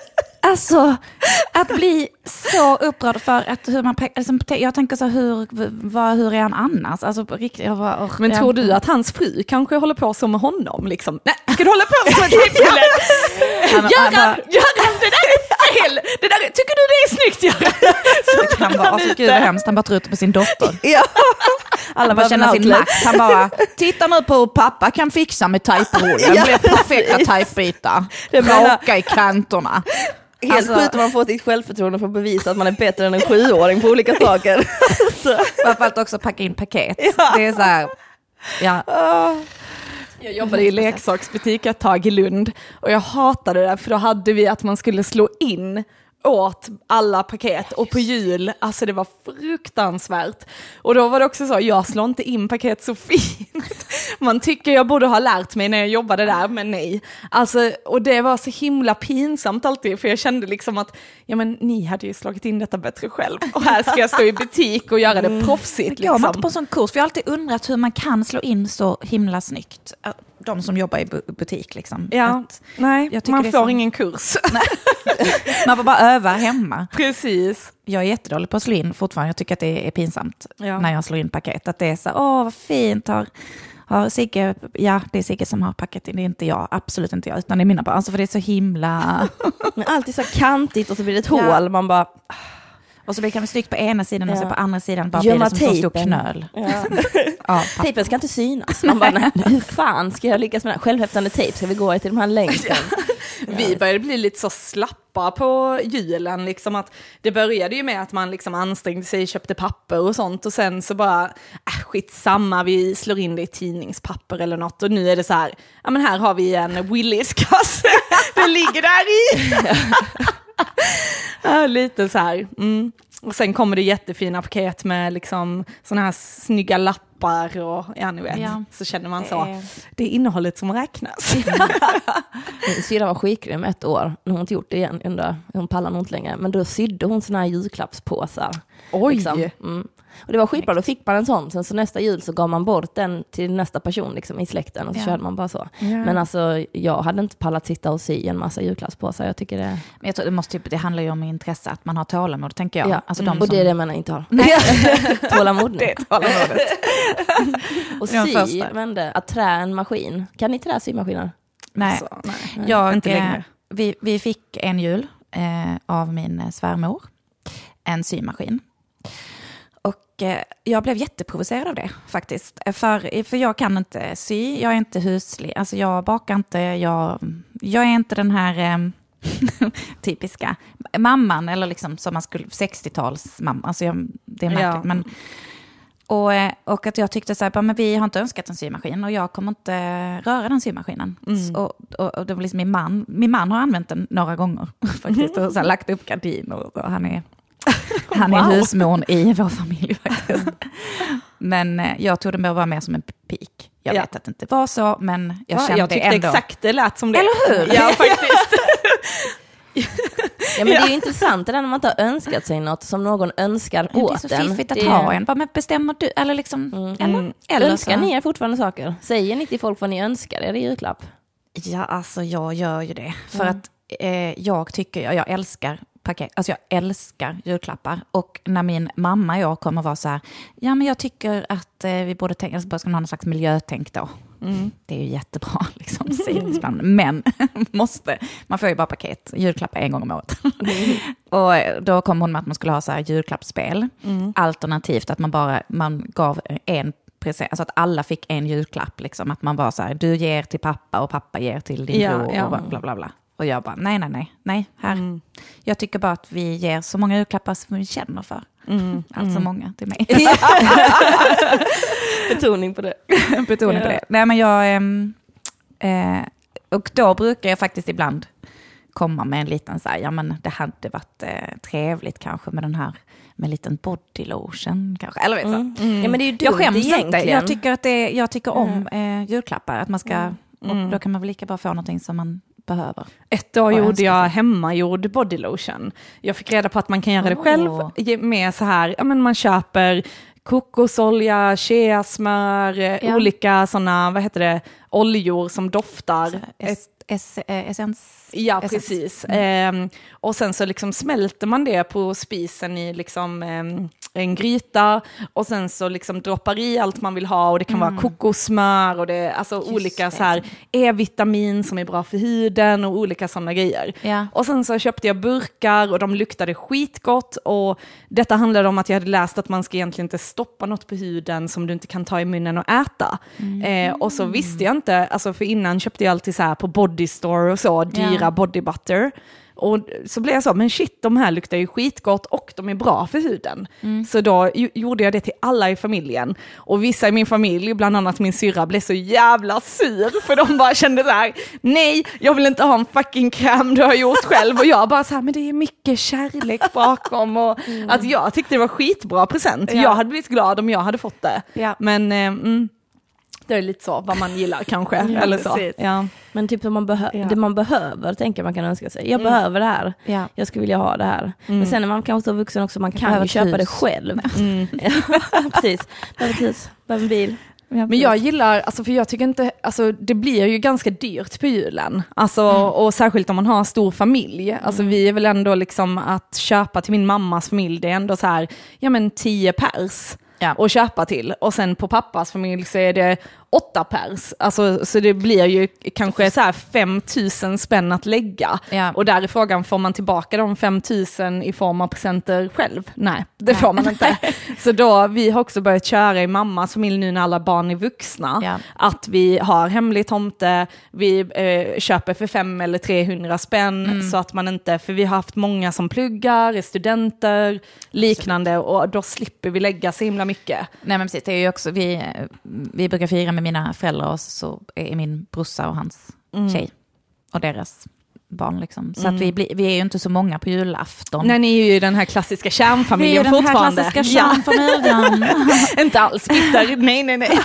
Alltså, att bli så upprörd för att hur man... Alltså, jag tänker så här, hur, vad, hur är han annars? Alltså, riktigt, jag bara, oh, men jag, tror du att hans fru kanske håller på så med honom? Liksom? Nej, ska du hålla på så med tillfället? Göran, Göran, det där är fel! Det där är, tycker du det är snyggt, Göran? Så han bara, alltså, gud vad hemskt, han bara tror ut på sin dotter. Ja. Alla bara känner sin makt. Han bara, titta nu på hur pappa kan fixa med tejprullen. Det blir perfekta tejpbitar. Raka i kanterna. Helt alltså, sjukt om man får sitt självförtroende för att bevisa att man är bättre än en sjuåring på olika saker. Framförallt också packa in paket. Ja. Det är så här, ja. Jag jobbade i leksaksbutik ett tag i Lund och jag hatade det för då hade vi att man skulle slå in åt alla paket och på jul, alltså det var fruktansvärt. Och då var det också så, jag slår inte in paket så fint. Man tycker jag borde ha lärt mig när jag jobbade där, men nej. Alltså, och det var så himla pinsamt alltid, för jag kände liksom att ja men ni hade ju slagit in detta bättre själv. Och här ska jag stå i butik och göra det proffsigt. Liksom. Jag var liksom. inte på en sån kurs, för jag har alltid undrat hur man kan slå in så himla snyggt. De som jobbar i butik liksom. Ja, att, nej, man får så... ingen kurs. Man får bara öva hemma. Precis. Jag är jättedålig på att slå in fortfarande. Jag tycker att det är pinsamt ja. när jag slår in paket. Att det är så, åh vad fint. Har, har Sigge, ja det är Sigge som har packat in. Det är inte jag, absolut inte jag. Utan det är mina barn. Alltså för det är så himla... Men alltid så kantigt och så blir det ett ja. hål. Man bara... Och så blir det snyggt på ena sidan ja. och så på andra sidan bara Gömma blir det som tejpen. så stor knöl. Ja. ja, tejpen ska inte synas. Man bara, nej, hur fan ska jag lyckas med det här? Självhäftande tejp, ska vi gå till de här längden? Ja. Vi började bli lite så slappa på julen. Liksom att det började ju med att man liksom ansträngde sig, köpte papper och sånt. Och sen så bara, äh, skitsamma, vi slår in det i tidningspapper eller något. Och nu är det så här, ja men här har vi en Willys-kasse. Den ligger där i. Ja, lite så här. Mm. Och sen kommer det jättefina paket med liksom såna här snygga lappar och ja, ni vet. Ja. Så känner man så. Det är, det är innehållet som räknas. Syrran var skitgrym ett år. Nu har hon inte gjort det igen. Undrar, hon pallar nog inte längre. Men då sydde hon såna här julklappspåsar. Oj! Liksom. Mm. Och det var skitbra, då fick man en sån. Sen så nästa jul så gav man bort den till nästa person liksom, i släkten. Och så ja. körde man bara så. Ja. Men alltså, jag hade inte pallat sitta och sy en massa julklappspåsar. Jag tycker det... Men jag tror det, måste, det handlar ju om intresse, att man har tålamod, tänker jag. Ja. Alltså, mm. de och som... det är det man inte har. Tålamod. Det är tålamodet. Och sy, vände, att trä en maskin. Kan ni trä symaskiner? Nej, alltså, nej. Jag, inte längre. Vi, vi fick en jul eh, av min svärmor. En symaskin. Och eh, jag blev jätteprovocerad av det faktiskt. För, för jag kan inte sy, jag är inte huslig. Alltså jag bakar inte, jag, jag är inte den här eh, typiska mamman. Eller liksom som man skulle, sextio-tals mamma. Alltså jag, det är märkligt. Ja. Men, och, och att jag tyckte så här, men vi har inte önskat en symaskin. Och jag kommer inte röra den symaskinen. Mm. Och, och, och det var liksom min man. Min man har använt den några gånger faktiskt. Och så här, lagt upp gardiner och, och han är... Han är wow. husmorn i vår familj faktiskt. Men jag tog det bara mer som en pik. Jag ja. vet att det inte var så, men jag ja, kände jag tyckte ändå... exakt det lät som det. Eller hur? Ja, faktiskt. Ja, men det är ju intressant det där när man inte har önskat sig något som någon önskar men åt en. Det är så fiffigt att det... ha en. Bara, men bestämmer du? Eller liksom... Mm. Eller, mm. eller önskar så. ni er fortfarande saker? Säger ni till folk vad ni önskar? Är det julklapp? Ja, alltså jag gör ju det. För mm. att eh, jag tycker... Jag, jag älskar... paket. Alltså jag älskar julklappar. Och när min mamma och jag kommer vara så här, ja men jag tycker att eh, vi borde tänka, alltså ska ha någon slags miljötänk då. Mm. Det är ju jättebra liksom. Mm. Men måste, man får ju bara paket, julklappar en gång om året. Mm. Och då kom hon med att man skulle ha så här julklappsspel. Mm. Alternativt att man bara, man gav en present, alltså att alla fick en julklapp liksom. Att man bara så här, du ger till pappa och pappa ger till din ja, bror ja. och bla bla bla. Och jag bara, nej, nej, nej, nej, här. Mm. Jag tycker bara att vi ger så många julklappar som vi känner för. Mm. Alltså mm. många till mig. Betoning på det. Betoning ja. på det. Nej, men jag... Eh, och då brukar jag faktiskt ibland komma med en liten så här, ja men det hade varit eh, trevligt kanske med den här, med en liten body lotion kanske. Eller vet så. Mm. Mm. Ja, men det är ju jag skäms egentligen. inte. Jag tycker, att det, jag tycker om eh, julklappar. Att man ska... Mm. Och då kan man väl lika bra få någonting som man behöver. Ett år gjorde jag hemmagjord body lotion. Jag fick reda på att man kan göra det själv med så här, ja men man köper kokosolja, cheasmör, ja. olika sådana, vad heter det, oljor som doftar. Ett, es, essens. Ja, essens. precis. Mm. Eh, och sen så liksom smälter man det på spisen i liksom, eh, en gryta och sen så liksom droppar i allt man vill ha och det kan mm. vara kokossmör och det är alltså olika det. Så här E-vitamin som är bra för huden och olika sådana grejer. Ja. Och sen så köpte jag burkar och de luktade skitgott och detta handlade om att jag hade läst att man ska egentligen inte stoppa något på huden som du inte kan ta i munnen och äta. Mm. Eh, och så visste jag inte, alltså för innan köpte jag alltid så här på Body Store och så, dyra ja. body butter. Och så blev jag så, men shit, de här luktar ju skitgott och de är bra för huden. Mm. Så då ju, gjorde jag det till alla i familjen. Och vissa i min familj, bland annat min syrra, blev så jävla sur. För de bara kände så här, nej, jag vill inte ha en fucking kräm du har gjort själv. Och jag bara så här, men det är mycket kärlek bakom. Och mm. att jag tyckte det var skitbra present. Ja. Jag hade blivit glad om jag hade fått det. Ja. Men... Eh, mm. Det är lite så, vad man gillar kanske. Ja, eller så. Ja. Men typ som man behö- ja. det man behöver, tänker man kan önska sig. Jag mm. behöver det här. Ja. Jag skulle vilja ha det här. Mm. Men sen när man kanske så vuxen också, man kan ju köpa det själv. Mm. Precis. Behöver hus, behöver en bil. Ja, men jag gillar, alltså för jag tycker inte, alltså det blir ju ganska dyrt på julen. Alltså, mm. och särskilt om man har en stor familj. Alltså mm. vi är väl ändå liksom att köpa till min mammas familj, det är ändå så här, ja men tio pers. Ja. Och köpa till. Och sen på pappas familj så är det åtta pers. Alltså, så det blir ju kanske så här fem tusen spänn att lägga. Ja. Och där är frågan, får man tillbaka de fem tusen i form av presenter själv? Nej, det får man inte. Så då, vi har också börjat köra i mammas familj nu när alla barn är vuxna. Ja. Att vi har hemlig tomte, vi eh, köper för fem eller trehundra spänn. Mm. Så att man inte, för vi har haft många som pluggar, är studenter, liknande. Och då slipper vi lägga så himla mycket. Nej men precis, det är ju också, vi, vi brukar fira med mina föräldrar och så är min brorsa och hans mm. tjej och deras barn liksom. Så mm. att vi, blir, vi är ju inte så många på julafton. Nej, ni är ju den här klassiska kärnfamiljen fortfarande. Vi är den här klassiska kärnfamiljen. Inte alls bitter, nej, nej, nej.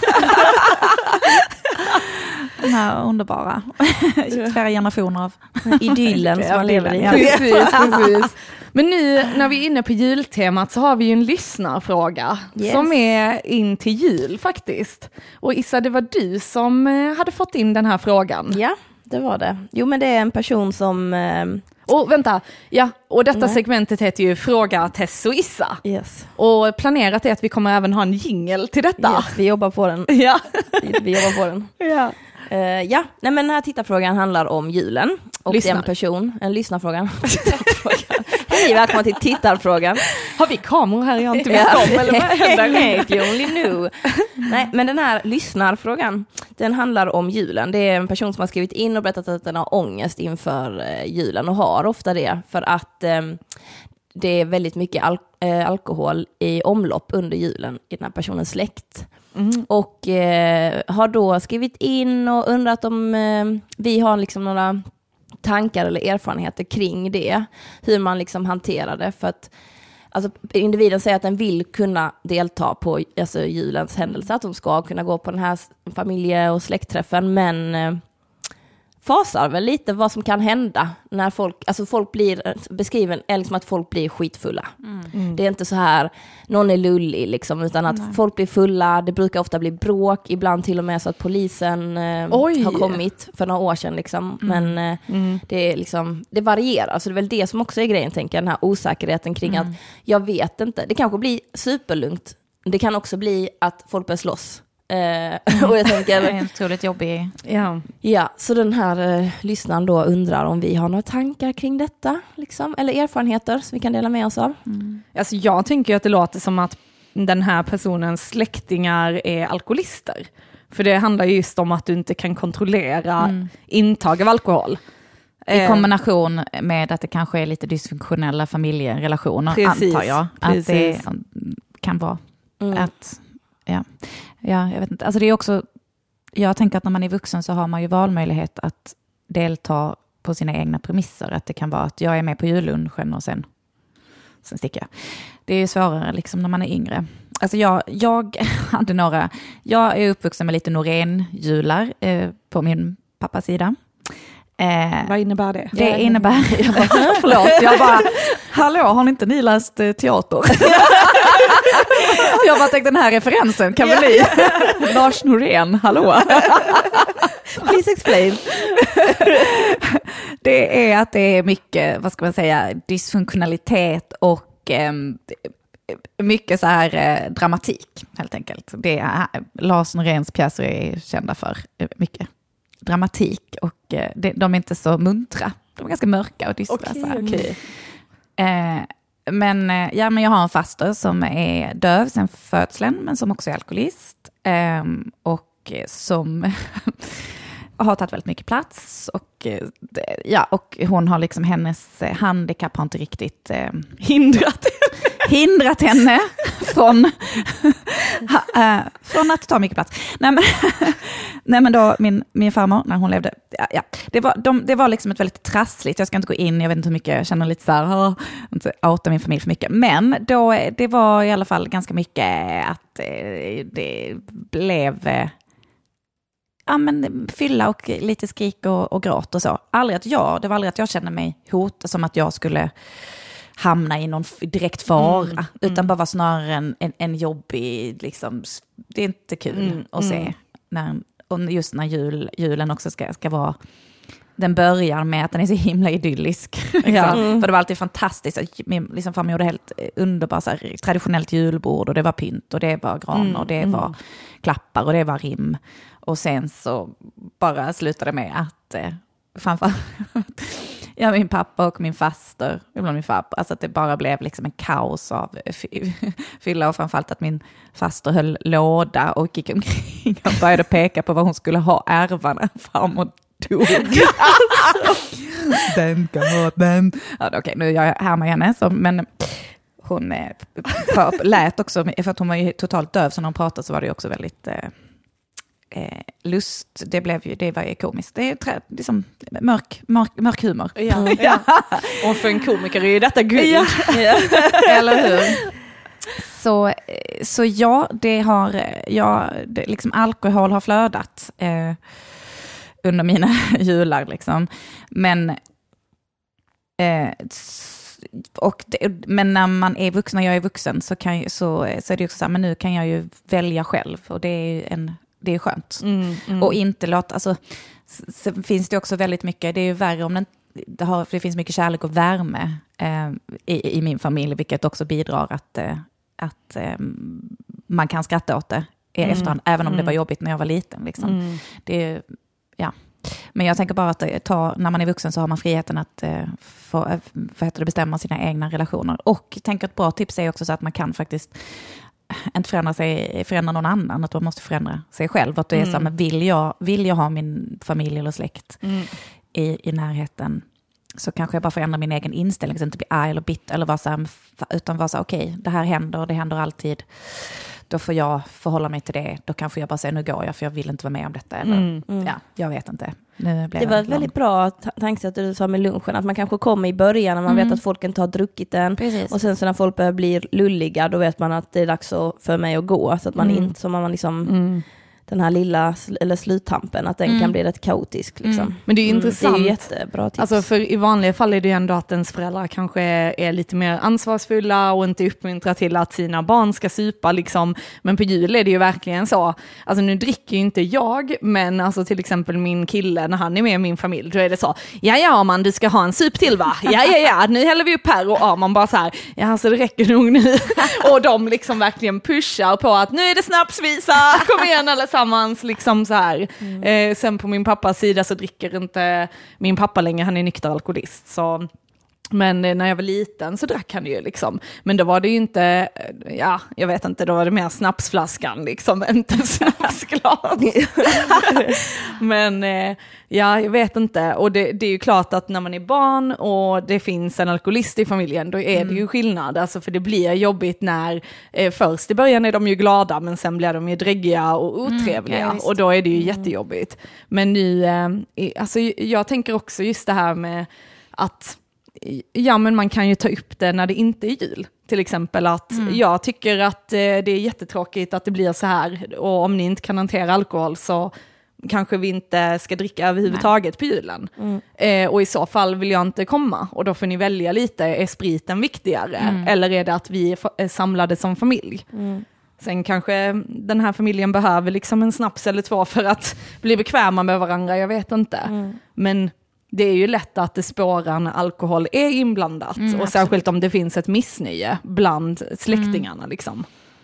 Den här underbara flera generationer av idyllen som man lever i. Precis, precis. Men nu när vi är inne på jultemat så har vi ju en lyssnarfråga yes. som är in till jul faktiskt. Och Issa, det var du som hade fått in den här frågan. Ja, det var det. Jo, men det är en person som... Eh... Och vänta, ja, och detta Nej. segmentet heter ju Fråga Tess och Issa. Yes. Och planerat är att vi kommer även ha en jingle till detta. Yes, vi jobbar på den. Ja. vi, vi jobbar på den. Ja. Uh, ja, nej men den här tittarfrågan handlar om julen. Och Lyssnar. det är en person, en lyssnarfråga. Hej, välkommen till tittarfrågan. Har vi kameror här? Jag har inte visst om, eller vad händer? Nej, only knew. Nej, men den här lyssnarfrågan, den handlar om julen. Det är en person som har skrivit in och berättat att den har ångest inför uh, julen och har ofta det. För att um, det är väldigt mycket al- uh, alkohol i omlopp under julen i den här personens släkt. Mm. Och eh, har då skrivit in och undrat om eh, vi har liksom några tankar eller erfarenheter kring det. Hur man liksom hanterar det. För att alltså, individen säger att den vill kunna delta på alltså, julens händelse. Att de ska kunna gå på den här familje- och släktträffen. Men eh, fasar väl lite vad som kan hända när folk, alltså folk blir beskriven är liksom att folk blir skitfulla. Mm. Det är inte så här någon är lullig liksom, utan att Nej. folk blir fulla. Det brukar ofta bli bråk, ibland till och med så att polisen eh, har kommit för några år sedan liksom. Mm. Men eh, mm. det är liksom, det varierar. Så det är väl det som också är grejen, tänker jag, den här osäkerheten kring mm. att jag vet inte. Det kanske blir superlugnt. Det kan också bli att folk börjar slåss. Uh, och jag tänker, det är en otroligt jobbig. Ja. Ja, så den här uh, lyssnaren då undrar om vi har några tankar kring detta liksom, eller erfarenheter som vi kan dela med oss av. Mm. Alltså jag tänker att det låter som att den här personens släktingar är alkoholister. För det handlar just om att du inte kan kontrollera mm. intag av alkohol. I kombination med att det kanske är lite dysfunktionella familjerelationer, precis, antar jag. Precis. Att det kan vara mm. att Ja. ja, jag vet inte. Alltså det är också, jag tänker att när man är vuxen så har man ju valmöjlighet att delta på sina egna premisser. Att det kan vara att jag är med på jullunchen och sen, sen sticker jag. Det är ju svårare liksom när man är yngre. Alltså jag, jag hade några, jag är uppvuxen med lite Norén-jular eh, på min pappas sida. Eh, Vad innebär det? Det innebär, jag bara, förlåt, jag bara, hallå, har ni inte ni läst eh, teater? Jag bara tänkte den här referensen kan väl bli Lars Norén, hallå. Please explain. Det är att det är mycket, vad ska man säga, dysfunktionalitet och eh, mycket så här eh, dramatik helt enkelt. Det är, Lars Noréns pjäser är kända för mycket dramatik och eh, det, de är inte så muntra. De är ganska mörka och dystra. Okej, så här. okej. Eh, men, eh, ja, men jag har en faster som är döv sedan födseln men som också är alkoholist. Eh, och som har tagit väldigt mycket plats. Och, eh, ja, och hon har liksom, hennes handikapp har inte riktigt eh, hindrat, hindrat henne från, äh, från att ta mycket plats. Nej men, nej, men då min, min farmor, när hon levde, ja, ja, det, var, de, det var liksom ett väldigt trassligt, jag ska inte gå in, jag vet inte hur mycket, jag känner lite så här, inte outa min familj för mycket. Men då, det var i alla fall ganska mycket att eh, det blev... Eh, ja, men fylla och lite skrik och, och gråt och så. Aldrig att jag, det var aldrig att jag kände mig hotad som att jag skulle hamna i någon direkt fara. Mm, utan mm. bara var snarare en, en, en jobbig, liksom, det är inte kul mm, att se. Mm. När, och just när jul, julen också ska, ska vara, den börjar med att den är så himla idyllisk. Liksom. Ja. Mm. För det var alltid fantastiskt. Min liksom, familj gjorde helt underbart så här, traditionellt julbord och det var pynt och det var gran mm, och det mm. var klappar och det var rim. Och sen så bara slutade med att eh, framförallt ja, min pappa och min faster, ibland min farbror, alltså att det bara blev liksom en kaos av fylla och framförallt att min faster höll låda och gick omkring och började peka på vad hon skulle ha ärva när farmor dog. Alltså. Den kan ha den. Ja, okej, nu jag härmar henne, så, men hon eh, lät också, för att hon var ju totalt döv, så när hon pratade så var det ju också väldigt... Eh, Eh, lust, det blev ju, det var ju komiskt. Det är trä, liksom, mörk, mörk, mörk humor. Ja, ja. Och för en komiker är ju detta guld. Ja. Eller hur? Så, så ja, det har, ja, det, liksom alkohol har flödat eh, under mina jular liksom. Men eh, och det, men när man är vuxen, när jag är vuxen så, kan, så, så är det också så här, men nu kan jag ju välja själv och det är ju en det är skönt. Mm, mm. Och inte låta, alltså, så finns det också väldigt mycket, det är ju värre om den, det, har, det finns mycket kärlek och värme eh, i, i min familj, vilket också bidrar att, eh, att eh, man kan skratta åt det i mm, efterhand, även om mm. det var jobbigt när jag var liten. Liksom. Mm. Det är, ja. Men jag tänker bara att ta, när man är vuxen så har man friheten att eh, få, för att bestämma sina egna relationer. Och tänker ett bra tips är också så att man kan faktiskt inte förändra, sig, förändra någon annan, att man måste förändra sig själv. Att det är mm. så, men vill, jag, vill jag ha min familj eller släkt mm. i, i närheten, så kanske jag bara förändrar min egen inställning, så inte bli arg eller bitter, eller vara så här, utan vara så här, okej, okay, det här händer och det händer alltid. Då får jag förhålla mig till det. Då kanske jag bara säger, nu går jag för jag vill inte vara med om detta. Eller, mm. Mm. Ja, jag vet inte. Nu det var ett väldigt bra tankesätt du sa med lunchen, att man kanske kommer i början när man mm. vet att folk inte har druckit den. Precis. Och sen så när folk börjar bli lulliga, då vet man att det är dags för mig att gå. Så att man mm. inte, som man liksom... Mm. den här lilla eller sluttampen, att den mm. kan bli rätt kaotisk. Liksom. Mm. Men det är ju intressant. Mm, det är jättebra tips. Alltså för i vanliga fall är det ju ändå att ens föräldrar kanske är, är lite mer ansvarsfulla och inte uppmuntrar till att sina barn ska supa. Liksom. Men på jul är det ju verkligen så. Alltså nu dricker ju inte jag, men alltså till exempel min kille, när han är med i min familj, då är det så, ja ja man, du ska ha en sup till va? Ja ja ja, nu häller vi upp här, och ja, man bara så här, ja alltså det räcker nog nu. Och de liksom verkligen pushar på att nu är det snapsvisa, kom igen eller sammans, liksom så här. Mm. Eh, sen på min pappas sida så dricker inte min pappa längre, han är nykter alkoholist. Så, men eh, när jag var liten så drack han ju liksom. Men då var det ju inte, ja, jag vet inte, då var det mer snapsflaskan liksom, inte snapsglas. Men eh, ja, jag vet inte. Och det, det är ju klart att när man är barn och det finns en alkoholist i familjen, då är mm. det ju skillnad. Alltså för det blir jobbigt när, eh, först i början är de ju glada, men sen blir de ju dräggiga och otrevliga. Mm, ja, och då är det ju mm. jättejobbigt. Men nu, eh, alltså jag tänker också just det här med att ja, men man kan ju ta upp det när det inte är jul. Till exempel att mm. jag tycker att eh, det är jättetråkigt att det blir så här, och om ni inte kan hantera alkohol så kanske vi inte ska dricka överhuvudtaget på julen. Mm. Eh, och i så fall vill jag inte komma. Och då får ni välja lite, är spriten viktigare? Mm. Eller är det att vi är, är samlade som familj? Mm. Sen kanske den här familjen behöver liksom en snaps eller två för att bli bekväma med varandra, jag vet inte. Mm. Men det är ju lätt att det spårar när alkohol är inblandat. Mm, och särskilt om det finns ett missnöje bland släktingarna. Mm. Liksom.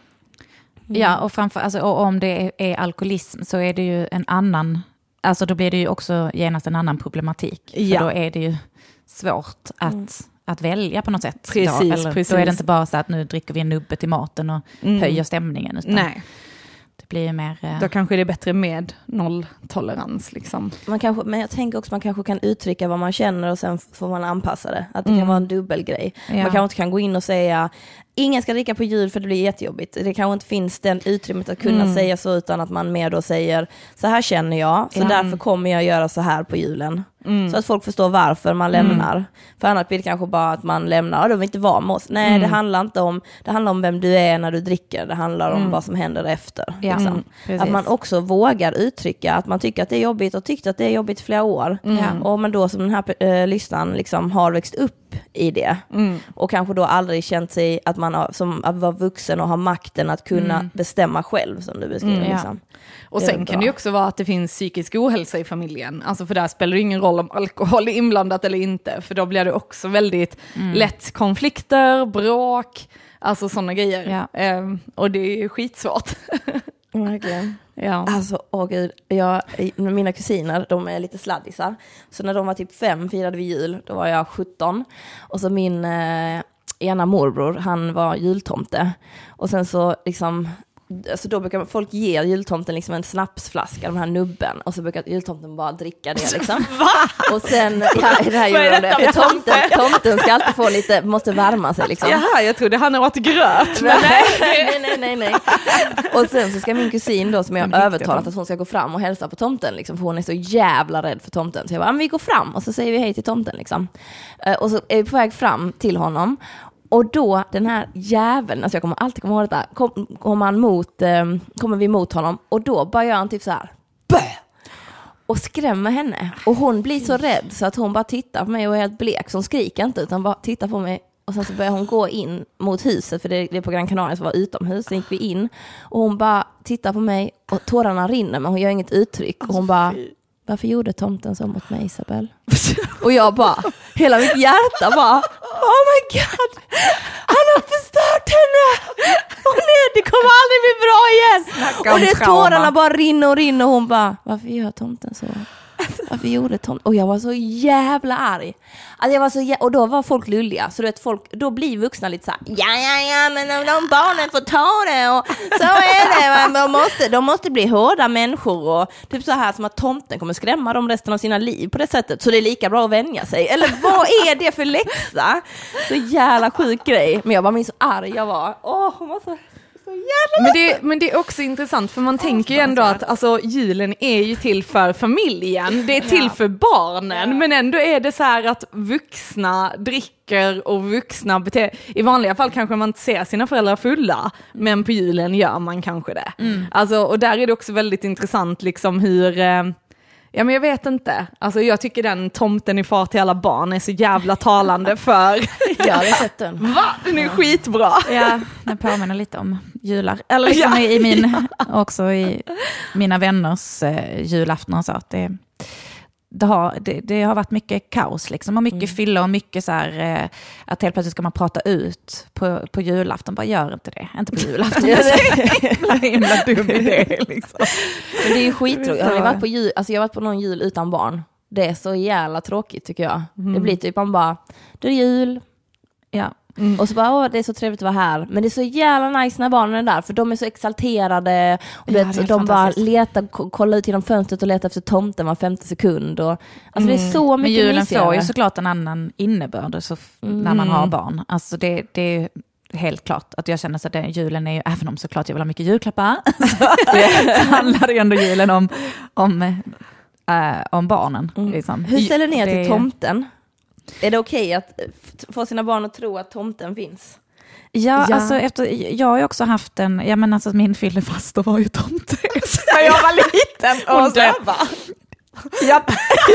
Mm. Ja, och, framför, alltså, och om det är, är alkoholism så är det ju en annan, alltså då blir det ju också genast en annan problematik. Ja. För då är det ju svårt att, mm. att välja på något sätt. Precis, då, eller, precis. Då är det inte bara så att nu dricker vi en nubbe till maten och mm. höjer stämningen. Utan Nej. Det blir ju mer... Eh... Då kanske det är bättre med nolltolerans. Liksom. Man kanske, men jag tänker också att man kanske kan uttrycka vad man känner och sen får man anpassa det. Att det mm. kan vara en dubbelgrej. Ja. Man kanske inte kan gå in och säga ingen ska dricka på jul för det blir jättejobbigt. Det kanske inte finns den utrymmet att kunna mm. säga så utan att man mer då säger så här känner jag, så ja. därför kommer jag göra så här på julen. Mm. Så att folk förstår varför man lämnar. Mm. För annars blir det kanske bara att man lämnar och de vill inte vara med oss. Nej, mm. det handlar inte om det handlar om vem du är när du dricker. Det handlar om mm. vad som händer efter. Ja. Liksom. Mm. Att man också vågar uttrycka att man tycker att det är jobbigt och tyckte att det är jobbigt i flera år. Mm. Och men då som den här äh, lyssnaren liksom har växt upp i det. Mm. Och kanske då aldrig känt sig att man har, som att vara vuxen och ha makten att kunna mm. bestämma själv som du beskriver. Mm, liksom. ja. Och sen kan det ju också vara att det finns psykisk ohälsa i familjen. Alltså för där spelar det ingen roll om alkohol är inblandat eller inte. För då blir det också väldigt mm. lätt konflikter, bråk, alltså sådana grejer. Ja. Ehm, och det är skitsvårt. Verkligen. Ja. Alltså, åh gud, jag, mina kusiner, de är lite sladdisar. Så när de var typ fem firade vi jul, då var jag sjutton. Och så min eh, ena morbror, han var jultomte. Och sen så liksom... Alltså då brukar folk ge jultomten liksom en snapsflaska, de här nubben, och så brukar jultomten bara dricka det liksom. Va? Och sen ja, det här gör de det. För tomten, tomten ska alltid få lite, måste värma sig liksom. Jaha, jag trodde han åt gröt. Men nej, nej, nej, nej. Och sen så ska min kusin då, som jag har övertalat att hon ska gå fram och hälsa på tomten liksom, för hon är så jävla rädd för tomten. Så jag bara, men vi går fram och så säger vi hej till tomten liksom. Och så är vi på väg fram till honom. Och då, den här jäveln, alltså jag kommer alltid komma ihåg detta, kom, kom han mot, eh, kommer vi mot honom, och då börjar han typ så här, bö! Och skrämmer henne. Och hon blir så rädd så att hon bara tittar på mig och är helt blek, så hon skriker inte utan bara tittar på mig. Och sen så börjar hon gå in mot huset, för det, det är på Gran Canaria, så var utomhus, så gick vi in. Och hon bara tittar på mig och tårarna rinner, men hon gör inget uttryck. Och hon bara... Varför gjorde tomten så mot mig, Isabel? Och jag bara, hela mitt hjärta bara, oh my god, han har förstört henne. Och nej, det kommer aldrig bli bra igen. Och det tårarna bara rinner och rinner. Och hon bara, varför gör tomten så? Varför gjorde tomten? Och jag var så jävla arg. Alltså jag var så jä- och då var folk lulliga. Så du vet, folk, då blir vuxna lite så här, ja, ja, ja, men de barnen får ta det. Och så är det. De måste, de måste bli hårda människor. Och typ så här som att tomten kommer skrämma dem resten av sina liv på det sättet. Så det är lika bra att vänja sig. Eller vad är det för läxa? Så jävla sjuk grej. Men jag var minst så arg jag var. Åh, hon var så... Men det, men det är också intressant, för man tänker ju ändå att alltså, julen är ju till för familjen, det är till för barnen, men ändå är det så här att vuxna dricker och vuxna beter. I vanliga fall kanske man inte ser sina föräldrar fulla, men på julen gör man kanske det. Mm. Alltså, och där är det också väldigt intressant liksom hur... Eh, Ja, men jag vet inte. Alltså jag tycker den tomten i Far till alla barn är så jävla talande för... Jag har sett den. Va? Den är skitbra. Ja, den påminner lite om jular. Eller liksom ja. i, i min, också i mina vänners eh, julafton och så. Att det, det, har, det, det har varit mycket kaos liksom. Och mycket mm. fylla och mycket så här... Eh, att helt plötsligt ska man prata ut på, på julafton. Bara gör inte det. Inte på julafton. Det är en himla dum idé liksom. Men det är ju skittråkigt. Har ni varit på jul? Alltså jag har varit på någon jul utan barn. Det är så jävla tråkigt tycker jag. Mm. Det blir typ man bara, det är jul. Ja. Mm. Och så bara, åh, det är så trevligt att vara här. Men det är så jävla nice när barnen är där, för de är så exalterade. Och ja, vet, de bara letar, kollar ut genom fönstret och letar efter tomten var femte sekund. Och, alltså mm. det är så mycket. Men julen mysigare. får ju såklart en annan innebörd så f- mm. när man har barn. Alltså det, det är helt klart att jag känner så att det, julen är ju, även om såklart jag vill ha mycket julklappar, så, så handlar det ju ändå julen om, om, äh, om barnen. Mm. Liksom. Hur ställer ni er till tomten? Är det okej okay att få sina barn att tro att tomten finns? Ja, Ja. alltså efter, jag har ju också haft en, ja men alltså min fyllefaster var ju tomte när jag var liten. Hon Och så- döva. Japp.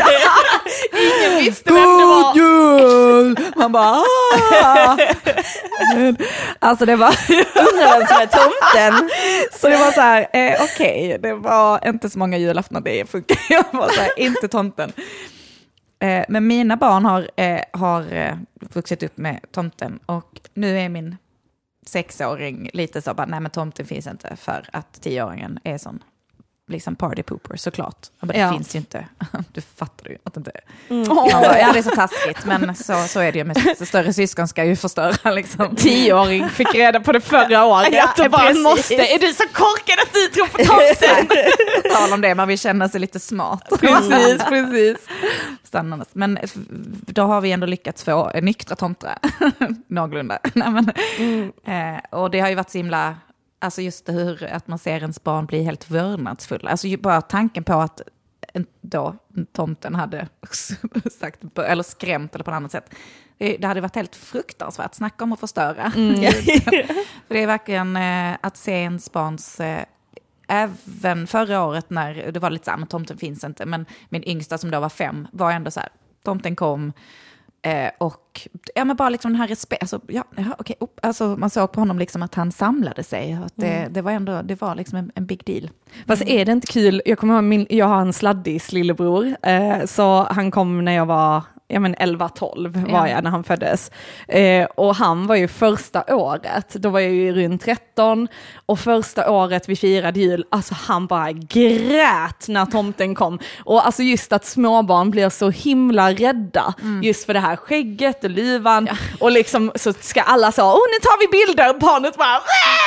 Ingen visste vem det var. God jul! Man bara, ah! Men, alltså det var, Undrar vem som är tomten. så det var så här, eh, okej, det var inte så många julaftnar, det funkar. Jag var så här, inte tomten. Eh, men mina barn har, eh, har eh, vuxit upp med tomten och nu är min sexåring lite så bara, nej men tomten finns inte för att tioåringen är sån liksom party pooper såklart. Men det Ja. finns ju inte. Du fattar ju att det inte är. Mm. Man bara, ja, det är så taskigt, men så, så är det ju med större syskon ska ju förstöra liksom. Tioåring fick reda på det förra året Ja, och bara precis. måste, är du så korkad att du tror på tomten? Tal om det, man vill känna sig lite smart. Precis, precis. Stannandes. Men då har vi ändå lyckats få nyktra tomtrar. Någorlunda. Nej, men, Mm. eh, och det har ju varit så himla, alltså just det hur att man ser ens barn bli helt vördnadsfulla. Alltså ju bara tanken på att en- då tomten hade sagt, eller skrämt eller på något annat sätt. Det, det hade varit helt fruktansvärt. Snacka om att förstöra. För det är verkligen eh, att se ens barns... Eh, även förra året när det var lite så här, men tomten finns inte. Men min yngsta som då var fem var ändå så här, tomten kom. Eh, och ja, men bara liksom den här respekt, alltså, ja, ja, okay, upp. Alltså, man såg på honom liksom att han samlade sig. Att det, Mm. det var ändå, det var liksom en, en big deal. Fast är det inte kul, jag kommer ihåg min, jag har en sladdis lillebror, eh, så han kom när jag var ja, men elva tolv var Ja. jag när han föddes. Eh, och han var ju första året, då var jag ju runt tretton, och första året vi firade jul, alltså han bara grät när tomten kom. Och alltså just att småbarn blir så himla rädda, just för det här skägget och luvan, och liksom så ska alla säga, åh nu tar vi bilder, barnet bara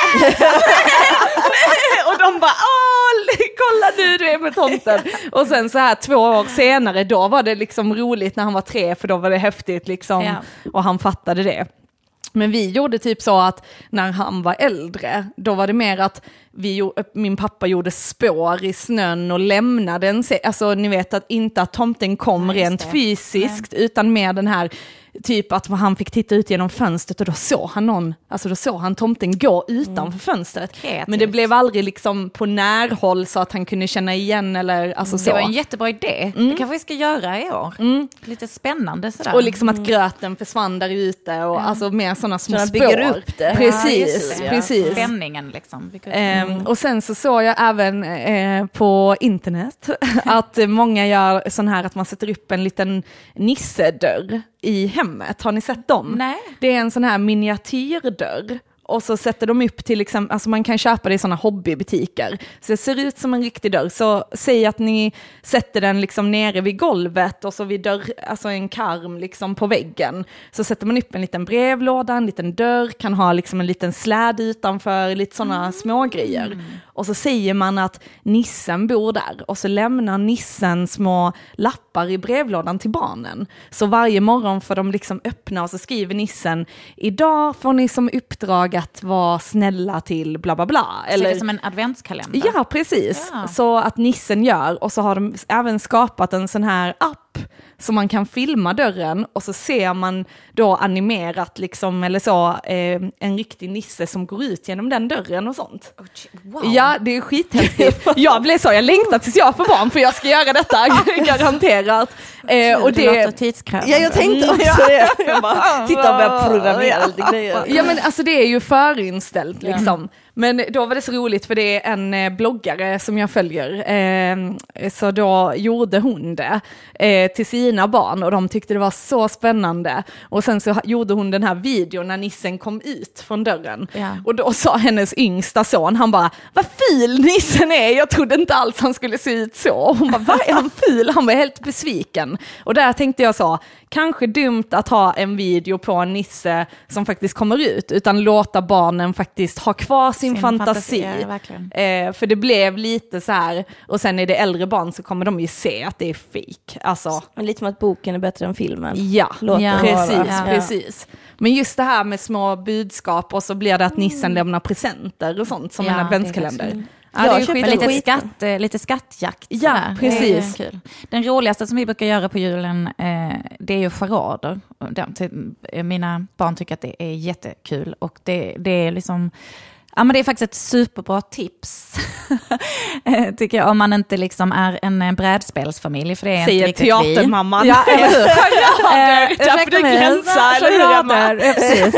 och de bara, åh kolla nu du är med tomten. Och sen så här två år senare, då var det liksom roligt när han var tre, för då var det häftigt liksom, Ja. och han fattade det. Men vi gjorde typ så att när han var äldre, då var det mer att vi, gjo- min pappa gjorde spår i snön och lämnade en, se- alltså ni vet att inte att tomten kom Nej, just rent det. fysiskt, utan mer den här typ att han fick titta ut genom fönstret och då såg han någon, alltså då såg han tomten gå utanför fönstret. Kreativt. Men det blev aldrig liksom på närhåll så att han kunde känna igen eller alltså så. Det var en jättebra idé. Det kanske vi ska göra i år. Lite spännande sådär. Och liksom att gröten försvann där ute och alltså mer sådana små Så spår. den bygger upp det. Ja, Precis, just det, ja. precis. Spänningen liksom. Vilket- Ehm, och sen så såg jag även eh, på internet att eh, många gör sån här att man sätter upp en liten nissedörr i hemmet. Har ni sett dem? Nej. Det är en sån här miniatyrdörr. Och så sätter de upp till, liksom, alltså man kan köpa det i såna hobbybutiker. Så det ser ut som en riktig dörr. Så säg att ni sätter den liksom nere vid golvet och så vid dörr, alltså en karm liksom på väggen. Så sätter man upp en liten brevlåda, en liten dörr, kan ha liksom en liten släd utanför, lite sådana mm. små grejer. Och så säger man att nissen bor där och så lämnar nissen små lappar i brevlådan till barnen. Så varje morgon får de liksom öppna och så skriver nissen, idag får ni som uppdrag att vara snälla till bla bla bla. Så Eller det är som en adventskalender. ja, precis. Ja. Så att nissen gör, och så har de även skapat en sån här app så man kan filma dörren och så ser man då animerat liksom, eller så, eh, en riktig nisse som går ut genom den dörren och sånt. Wow. Ja, det är skithäftigt. Jag blev så, jag längtar tills jag får barn för jag ska göra detta, garanterat. Eh, och det låter det, tidskrävande. Ja, jag tänkte också det. Jag bara, titta och börja programmera lite grejer. ja men alltså det är ju förinställt liksom. Men då var det så roligt för det är en eh, bloggare som jag följer. Eh, så då gjorde hon det eh, till sina barn och de tyckte det var så spännande. Och sen så ha- gjorde hon den här videon när nissen kom ut från dörren. Ja. Och då sa hennes yngsta son, han bara, vad ful nissen är, jag trodde inte alls han skulle se ut så. Och hon bara, vad är han ful? Han var helt besviken. Och där tänkte jag så, kanske dumt att ha en video på en nisse som faktiskt kommer ut, utan låta barnen faktiskt ha kvar sin, Sin fantasi. fantasi, ja, verkligen. Eh, för det blev lite så här, och sen är det äldre barn så kommer de ju se att det är fake. Alltså, Men lite som att boken är bättre än filmen. ja, Låt Ja. det precis, vara. Ja. precis. Men just det här med små budskap och så blir det att nissen lämnar presenter och sånt som Ja, en det är adventskalender. faktiskt- Ja, Jag det är köper skitroligt. lite, skit. skatt, eh, lite skattjakt. Ja, sådär. precis. Det är kul. Den roligaste som vi brukar göra på julen, eh, det är ju charader. de, till, mina barn tycker att det är jättekul och det, det är liksom ja, men det är faktiskt ett superbra tips tycker jag, om man inte liksom är en brädspelsfamilj, för det är säger inte riktigt teatermamman. Ja, eller hur? Charader, därför det gränsar, eller hur Emma? Ja, precis.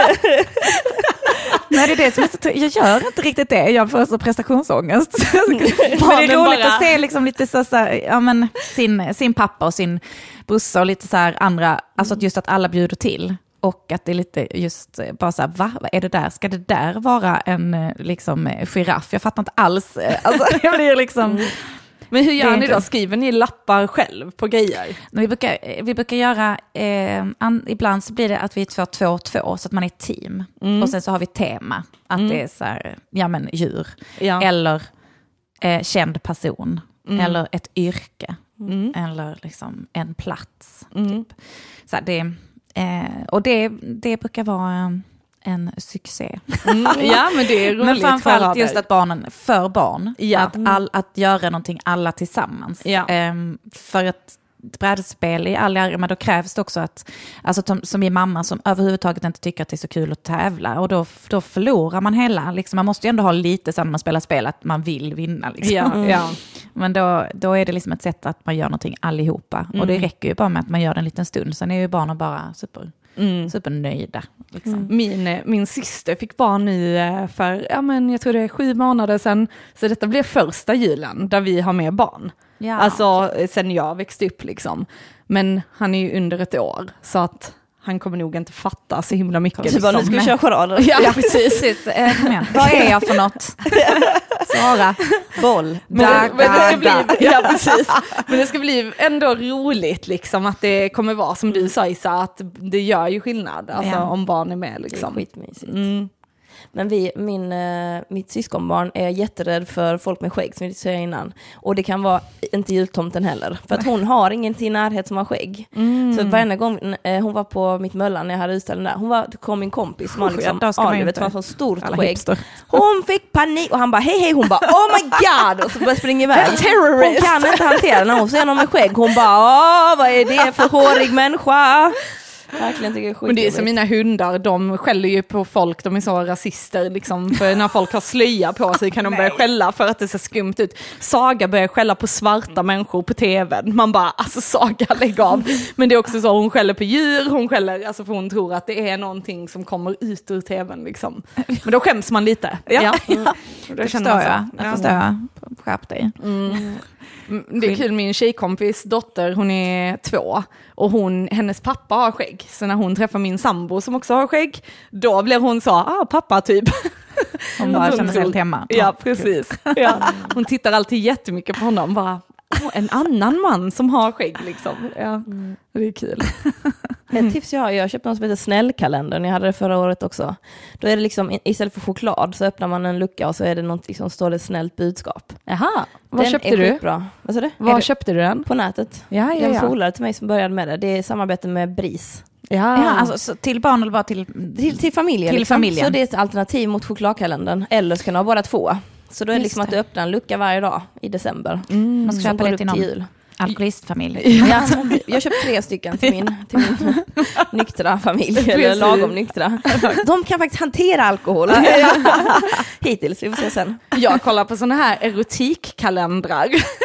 Nej, det är det som är så, jag gör inte riktigt det, jag får så prestationsångest. Men det är roligt bara... att se liksom lite så, så här, ja, men sin, sin pappa och sin brorsa och lite så här andra, alltså just att alla bjuder till. Och att det är lite just bara så här, va? Vad är det där? Ska det där vara en liksom giraff? Jag fattar inte alls. Alltså, det blir liksom... Mm. Men hur gör ni inte... då? Skriver ni lappar själv på grejer? Vi brukar, vi brukar göra, eh, an, ibland så blir det att vi är två, två och två, så att man är ett team. Mm. Och sen så har vi tema, att mm. det är så här, ja men djur. Ja. Eller eh, känd person. Mm. Eller ett yrke. Mm. Eller liksom en plats. Mm. Typ. Så här, det Eh, och det, det brukar vara en succé. Mm, ja, men det är roligt. Men framförallt just att barnen, för barn, ja. att, all, att göra någonting alla tillsammans. Ja. Eh, för att brädspel i all ära, men då krävs det också att, alltså som, som min mamma som överhuvudtaget inte tycker att det är så kul att tävla, och då, då förlorar man hela, liksom, man måste ju ändå ha lite så när man spelar spel att man vill vinna. Liksom. Ja, mm. ja. Men då, då är det liksom ett sätt att man gör någonting allihopa, mm. och det räcker ju bara med att man gör det en liten stund, sen är ju barnen bara super, mm. supernöjda. Liksom. Mm. Min, min syster fick barn nu för, ja men jag tror det är sju månader sedan, så detta blir första julen där vi har med barn. Ja. Alltså sen jag växte upp liksom. Men han är ju under ett år, så att han kommer nog inte fatta så himla mycket. Så bara, nu ska vi köra charader. Ja, ja, precis. precis. Eh, vad är jag för något? Svara. Boll. Men, da, men, det ska bli, ja, precis. Men det ska bli ändå roligt liksom, att det kommer vara som du sa, Isa, att det gör ju skillnad alltså, ja. Om barn är med. Liksom. Det är skitmysigt. Mm. Men vi, min, äh, mitt syskonbarn är jätterädd för folk med skägg, som vi säger innan. Och det kan vara inte jultomten heller. För att hon har ingen till närhet som har skägg. Mm. Så varje gång äh, hon var på mitt Möllan när jag hade utställning där. Hon var, kom min kompis som har liksom, Oliver, som har så stort skägg. Hipster. Hon fick panik och han bara hej hej. Hon bara oh my god. Och så började springa iväg. Hon kan inte hantera när hon ser någon med skägg. Hon bara åh vad är det för hårig människa. Verkligen tycker jag är men det är som mina hundar, de skäller ju på folk, de är så rasister liksom, för när folk har slöja på sig kan de börja skälla för att det ser skumt ut. Saga börjar skälla på svarta människor på tvn, man bara alltså Saga lägg av. Men det är också så, hon skäller på djur, hon skäller, alltså för hon tror att det är någonting som kommer ut ur tvn liksom. Men då skäms man lite. Ja, ja. Mm. Då det förstår jag, jag, jag förstår jag. Skärp dig. Mm. Det är kul, min tjejkompis dotter, hon är två och hon, hennes pappa har skägg, så när hon träffar min sambo som också har skägg, då blir hon så, ah pappa typ. Hon bara känner sig helt hemma. Ja, precis. Ja. Hon tittar alltid jättemycket på honom, bara oh, en annan man som har skägg liksom. Ja, mm. Det är kul. Ett tips jag har, jag köpte något som heter Snällkalendern, jag hade det förra året också. Då är det liksom, istället för choklad så öppnar man en lucka och så är det något liksom, står det ett snällt budskap. Jaha, vad den köpte är du? Skitbra. Vad sa du? Var är köpte du den? På nätet. Ja, ja, det är en ja. polare till mig som började med det. Det är samarbete med Bris. Ja, ja alltså, så till barn eller bara till, till, till familjen. Till liksom. familjen. Så det är ett alternativ mot chokladkalendern. Eller så kan du ha bara två. Så då är det liksom det. Att du öppnar en lucka varje dag i december. Mm, man ska köpa det till någon jul. Alkoholistfamilj. Ja, jag har köpt tre stycken till min, till min nyktra familj, eller lagom nyktra. De kan faktiskt hantera alkohol. Hittills, vi får se sen. Jag kollar på såna här erotikkalendrar.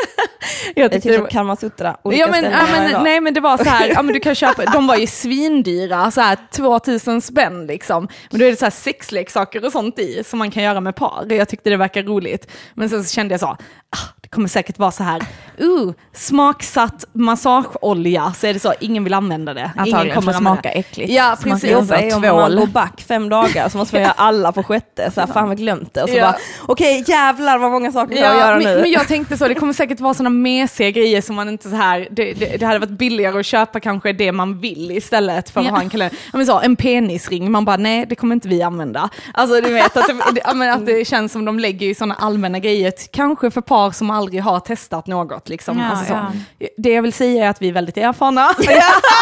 Jag tyckte det var Kamasutra. Ja, men, ja, men, nej men det var så här, ja, men du kan köpa, de var ju svindyra, så här tvåtusen spänn liksom. Men då är det så här sexleksaker och sånt i som man kan göra med par. Jag tyckte det verkar roligt. Men sen så kände jag så, ah, det kommer säkert vara så här, uh, smaksatt massageolja, så är det så, ingen vill använda det. Antagligen, ingen kommer för smaka äckligt. Ja, precis. Jobba är om man går back fem dagar så måste man göra alla på sjätte, så här, fan vi glömt det. Och så ja. Bara, okej okay, jävlar vad många saker jag ja, göra men, nu. Men jag tänkte så, det kommer säkert vara sådana mesiga grejer som man inte så här, det, det, det hade varit billigare att köpa kanske det man vill istället för att ja. Ha en kalender. Ja, men så, en penisring, man bara nej, det kommer inte vi använda. Alltså du vet att det, det, men, att det känns som de lägger i sådana allmänna grejer, kanske för par som aldrig har testat något liksom. Ja, alltså, ja. så. Det jag vill säga är att vi är väldigt erfarna.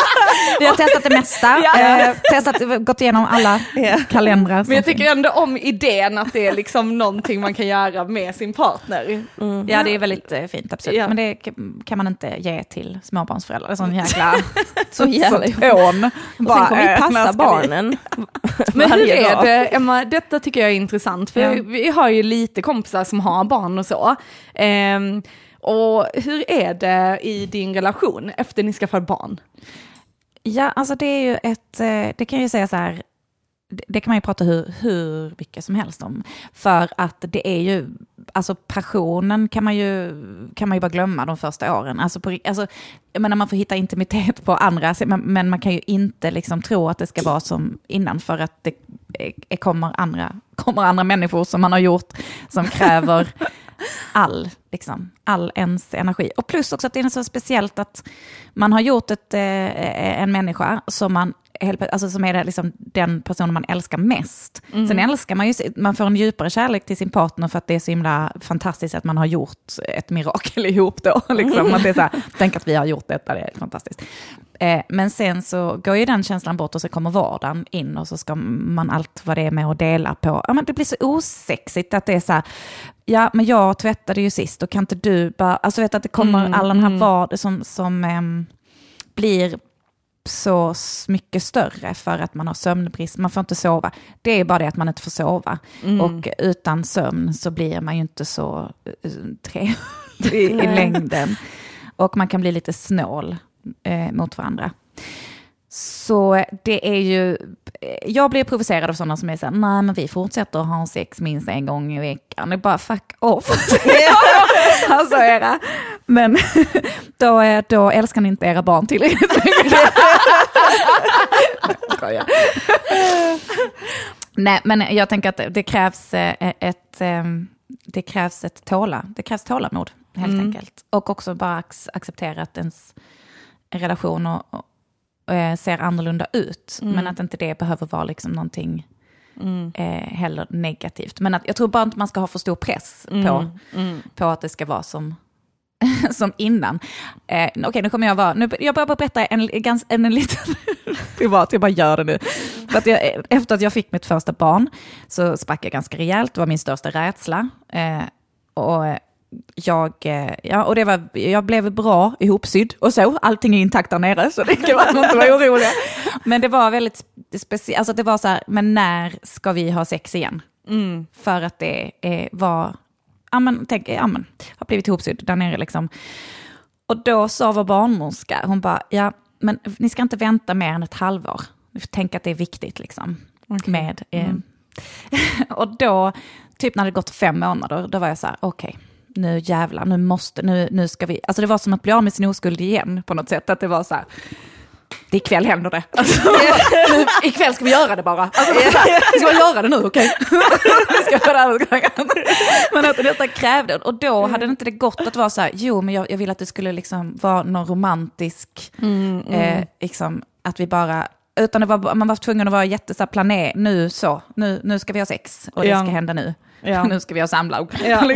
Vi har testat det mesta. ja. eh, testat, gått igenom alla yeah. kalendrar. Men jag tycker ändå om idén att det är liksom någonting man kan göra med sin partner. Mm. Ja, det är väldigt eh, fint, absolut. Ja. Men det kan man inte ge till småbarnsföräldrar. Det är sån jäkla... så jävla hån. Och sen kommer vi passa barnen. Men hur är det, Emma? Detta tycker jag är intressant. För ja. vi har ju lite kompisar som har barn och så. Um, och hur är det i din relation efter ni skaffar barn? Ja, alltså det är ju ett, det kan jag ju säga så här, det kan man ju prata hur, hur mycket som helst om. För att det är ju, alltså passionen kan man ju, kan man ju bara glömma de första åren. Alltså, på, alltså jag menar, man får hitta intimitet på andra, men man kan ju inte liksom tro att det ska vara som innan, för att det är, kommer, andra, kommer andra människor som man har gjort som kräver all, liksom, all ens energi. Och plus också att det är så speciellt att man har gjort ett, eh, en människa som man alltså som är det liksom den personen man älskar mest. Mm. Sen älskar man ju, man får en djupare kärlek till sin partner för att det är så himla fantastiskt att man har gjort ett mirakel ihop då. Liksom. Att det är så här, tänk att vi har gjort detta, det är fantastiskt. Eh, men sen så går ju den känslan bort och så kommer vardagen in och så ska man allt vad det är med att dela på. Ja, men det blir så osexigt att det är så här, ja men jag tvättade ju sist och kan inte du bara, alltså vet att det kommer mm, alla den här mm. vardag som, som eh, blir så mycket större för att man har sömnbrist. Man får inte sova. Det är bara det att man inte får sova. Mm. Och utan sömn så blir man ju inte så trevlig i, i längden. Och man kan bli lite snål eh, mot varandra. Så det är ju... Jag blir provocerad av sådana som är så här, nej men vi fortsätter att ha sex minst en gång i veckan. Det är bara fuck off. Alltså era. Men då, då älskar ni inte era barn tillräckligt mycket. Nej, men jag tänker att det krävs ett, det krävs ett tåla. Det krävs tålamod helt mm. enkelt. Och också bara acceptera att ens relation och ser annorlunda ut. Mm. Men att inte det behöver vara liksom någonting mm. eh, heller negativt. Men att, jag tror bara inte man ska ha för stor press mm. På, mm. på att det ska vara som, som innan. Eh, Okej, okay, nu kommer jag vara... Nu, jag börjar bara berätta en, en, en, en liten privat. Jag bara gör det nu. För att jag, efter att jag fick mitt första barn så sprack jag ganska rejält. Det var min största rädsla. Eh, och... Jag, ja, och det var, jag blev bra ihopsydd och så, allting är intakt där nere så det kan man inte vara orolig. Men det var väldigt speciellt, alltså det var så här, men när ska vi ha sex igen? Mm. För att det eh, var, ja men, tänk, ja men, har blivit ihopsydd där nere liksom. Och då sa vår barnmorska, hon bara, ja men ni ska inte vänta mer än ett halvår. Tänk att det är viktigt liksom. Okay. Med, eh, mm. och då, typ när det gått fem månader, då var jag så här, okej. Okay. Nu jävlar, nu måste, nu, nu ska vi... Alltså det var som att bli av med sin oskuld igen på något sätt. Att det var så här, det är ikväll händer det. Alltså, nu, ikväll ska vi göra det bara. Alltså, vi ska göra det nu, okej? Okay? ska göra det. Men att det nästan krävde. Och då hade det inte det gått att vara så här, jo men jag, jag vill att det skulle liksom vara någon romantisk... Mm, mm. Eh, liksom, att vi bara... Utan det var, man var tvungen att vara jätteså planer. Nu så, nu, nu ska vi ha sex. Och det ja. ska hända nu. Ja. Nu ska vi ha samlag. Ja.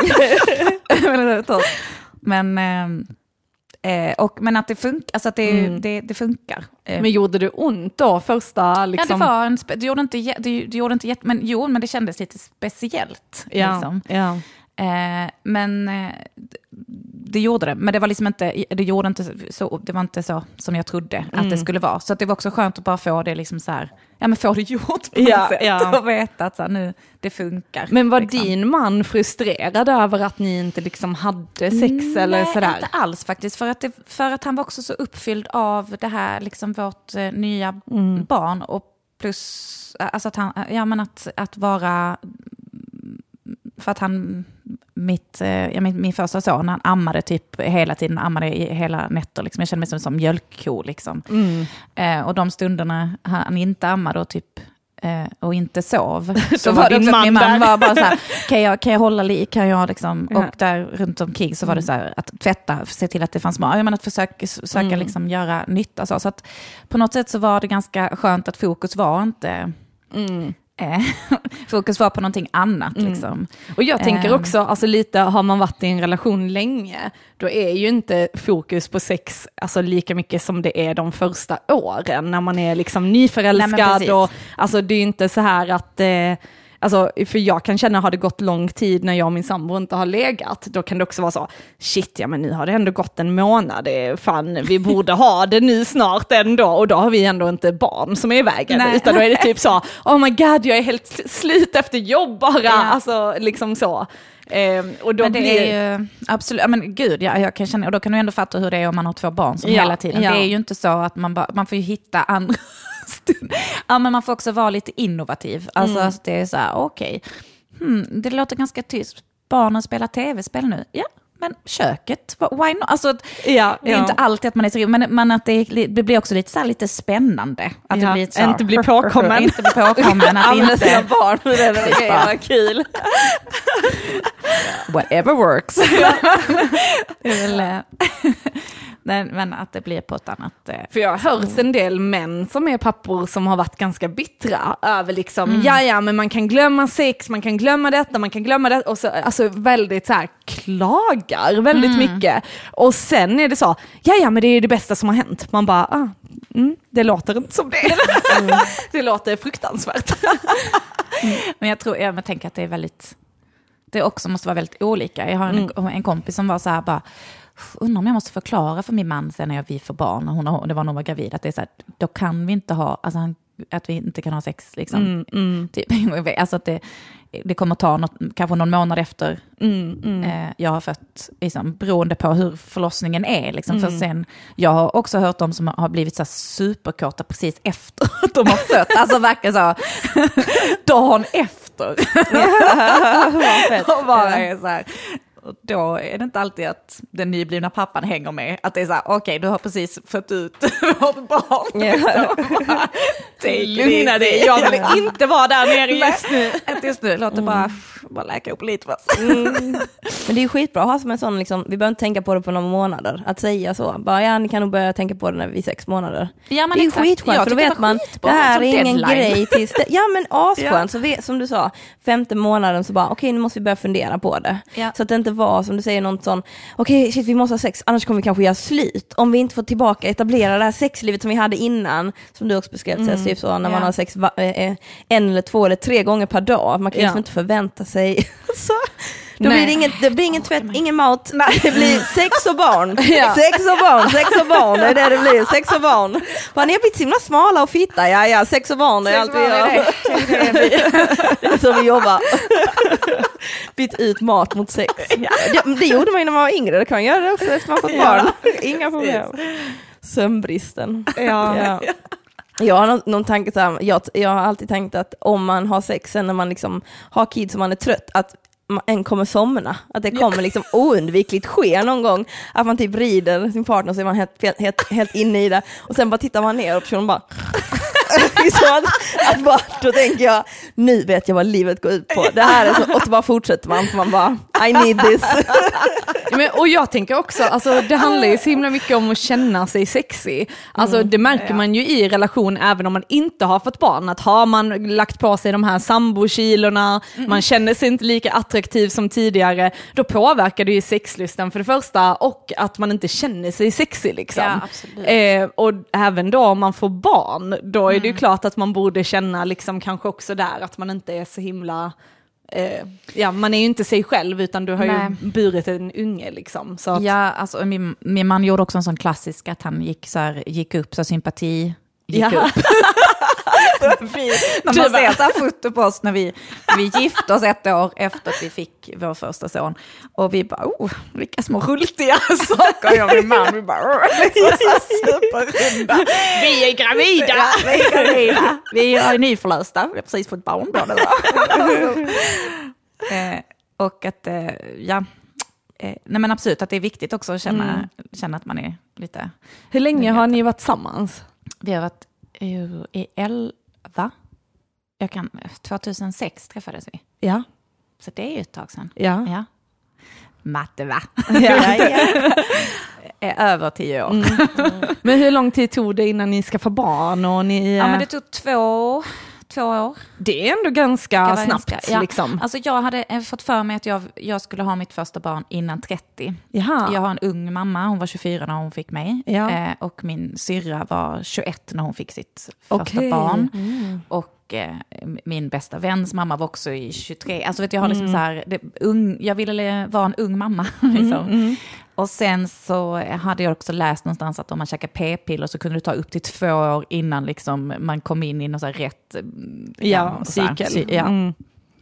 men, eh, och, men att det funkar. Alltså att det, mm. det, det funkar. Men gjorde det ont då? Första liksom... Ja, det var en... Det gjorde inte, det, det gjorde inte jätte... Men jo, men det kändes lite speciellt. Ja. Liksom. Ja. Eh, men... Eh, det gjorde det, men det var liksom inte, det gjorde inte så, det var inte så som jag trodde mm. att det skulle vara. Så att det var också skönt att bara få det liksom så här, ja men få det gjort på ja, något sätt ja. och veta att så här, nu det funkar. Men var liksom. Din man frustrerad över att ni inte liksom hade sex Nej, eller sådär? Nej, inte alls faktiskt, för att, det, för att han var också så uppfylld av det här liksom vårt eh, nya mm. barn och plus alltså att han, ja men att, att vara för att han mitt, ja, min, min första son, han ammade typ hela tiden, ammade i hela nätter liksom. Jag kände mig som, som mjölkko liksom. Mm. Eh, och de stunderna han inte ammade och typ eh, och inte sov så var det också att min man var bara så här, kan jag, kan jag hålla li, kan jag liksom, ja. Och där runt omkring så var det så här, att tvätta, se till att det fanns mat, jag menar att försöka, försöka mm. liksom göra nytta så, så att på något sätt så var det ganska skönt att fokus var inte mm. Eh, fokus var på någonting annat mm. liksom. Och jag tänker eh. också, alltså lite har man varit i en relation länge, då är ju inte fokus på sex alltså lika mycket som det är de första åren när man är liksom nyförälskad. Nej, och alltså det är ju inte så här att eh, alltså, för jag kan känna, har det gått lång tid när jag och min sambo inte har legat, då kan det också vara så, shit, ja men nu har det ändå gått en månad, det är fan, vi borde ha det nu snart ändå, och då har vi ändå inte barn som är i vägen, nej. Utan då är det typ så, oh my god, jag är helt slut efter jobb bara, ja. Alltså liksom så. Eh, och då men det blir... är ju, absolut, ja, men gud, ja, jag kan känna, och då kan du ändå fatta hur det är om man har två barn som ja, hela tiden. Ja. Det är ju inte så att man bara, man får ju hitta andra ja, men man får också vara lite innovativ. Alltså mm. det är så här, okej, okay. hmm, det låter ganska tyst. Barnen spelar tv-spel nu. Ja, men köket, why not? Alltså, ja, det är ja. inte alltid att man är så, men, men att det, det blir också lite, så här, lite spännande. Att ja, det blir så, inte bli påkommen. inte bli påkommen. Att använda inte sina barn för det, det är kul. Whatever works. Det är väl... Men, men att det blir på ett annat... Eh, För jag har hört en del män som är pappor som har varit ganska bittra över liksom, mm. ja ja men man kan glömma sex, man kan glömma detta, man kan glömma det, och så alltså väldigt så här klagar väldigt mm. mycket. Och sen är det så, ja ja men det är det bästa som har hänt. Man bara, ah, mm, det låter inte som det. Mm. Det låter fruktansvärt. mm. Men jag tror, jag tänker att det är väldigt... Det också måste vara väldigt olika. Jag har en, mm. en kompis som var så här bara, undrar om jag måste förklara för min man sen när vi får barn, och hon, det var när hon var gravid, att det är så här, då kan vi inte ha, alltså han, att vi inte kan ha sex liksom. Mm, mm. Typ, alltså att det, det kommer ta något, kanske någon månad efter mm, mm. Eh, jag har fött, liksom, beroende på hur förlossningen är liksom. Mm. För sen, jag har också hört om som har blivit så här superkorta precis efter att de har fött, alltså verkligen så dagen efter och bara är så här. Och då är det inte alltid att den nyblivna pappan hänger med. Att det är så här, okej, okay, du har precis fött ut vårt barn. Yeah. Lugna dig, jag vill inte vara där nere just nu. Inte just nu, låt det mm. bara, bara läka upp lite. Mm. Men det är ju skitbra att ha som en sån, liksom, vi behöver inte tänka på det på några månader. Att säga så, bara ja, ni kan nog börja tänka på det när vi är sex månader. Ja, men det är exakt. skitskönt, för då vet man, det här är ingen deadline. Grej till st- ja men asskönt, ja. Så vi, som du sa, femte månaden så bara, okej okay, nu måste vi börja fundera på det. Ja. Så att det inte var som du säger något sån, okej okay, shit vi måste ha sex, annars kommer vi kanske göra slut. Om vi inte får tillbaka, etablera det här sexlivet som vi hade innan, som du också beskrev, mm. typ så, när man ja. har sex va- en eller två eller tre gånger per dag. Man kan ja. liksom inte förvänta sig så. Då blir det, ingen, det blir ingen tvätt, ingen mat. Nej. Det blir sex och barn. Ja. Sex och barn, sex och barn. Det är det det blir, sex och barn. Man är blivit så himla smala och fitta. Ja, ja, sex och barn. Sex är allt vi gör. Det. Det är så vi jobbar. Bytt ut mat mot sex. Ja. Det, det gjorde man ju när man var yngre. Det kan man göra det också efter man fått barn. Ja. Inga problem. Sömnbristen. Ja. Ja. Jag har någon, någon tanke så här, jag, jag har alltid tänkt att om man har sex sen när man liksom har kids och man är trött, att en kommer somna, att det kommer liksom oundvikligt ske någon gång, att man typ rider sin partner och så är man helt, helt, helt inne i det, och sen bara tittar man ner och personen bara så att, att bara, då tänker jag, nu vet jag vad livet går ut på. Det här är så, och så bara fortsätter man, för man bara, I need this. Ja, men, och jag tänker också, alltså, det handlar ju så himla mycket om att känna sig sexy. Alltså, mm, det märker ja. man ju i relation även om man inte har fått barn. Att har man lagt på sig de här sambokilorna, mm. man känner sig inte lika attraktiv som tidigare, då påverkar det ju sexlusten för det första, och att man inte känner sig sexy liksom. Ja, absolut. Eh, och även då om man får barn, då är det ju klart att man borde känna liksom kanske också där att man inte är så himla eh, ja, man är ju inte sig själv, utan du har Nej. ju burit en unge liksom, så att... Ja, alltså min, min man gjorde också en sån klassisk att han gick så här, gick upp så sympati gick ja. upp. vi, när man ser så här foto på oss när vi, vi gifte oss ett år efter att vi fick vår första son, och vi bara, oh, vilka små rultiga saker. Jag och min man, vi bara, superrunda. Vi är gravida. Ja, vi är gravida. Vi är nyförlösta. Vi har precis fått barn båda. eh, och att, eh, ja, eh, nej men absolut att det är viktigt också att känna, mm. känna att man är lite... Hur länge har ni varit tillsammans? Vi har varit i elva. Jag kan, tjugohundrasex träffades vi. Ja. Så det är ju ett tag sedan. Ja. Ja. Matte, va? Ja, ja. Är över tio år. Mm. Mm. Men hur lång tid tog det innan ni skaffade barn? Och ni, ja, men det tog två, två år. Det är ändå ganska snabbt. Ganska, ja. Liksom. Alltså jag hade fått för mig att jag, jag skulle ha mitt första barn innan trettio. Jaha. Jag har en ung mamma, hon var tjugofyra när hon fick mig. Ja. Eh, och min syrra var tjugoett när hon fick sitt första Okej. barn. Mm. Och eh, min bästa väns mamma var också i tjugotre. Alltså vet jag har liksom Mm. så här, det, ung, jag ville vara en ung mamma. liksom. Mm, mm. Och sen så hade jag också läst någonstans att om man käkar p-piller så kunde det ta upp till två år innan liksom man kom in i någon så här rätt Ja, så här, cykel. sy- ja. Mm.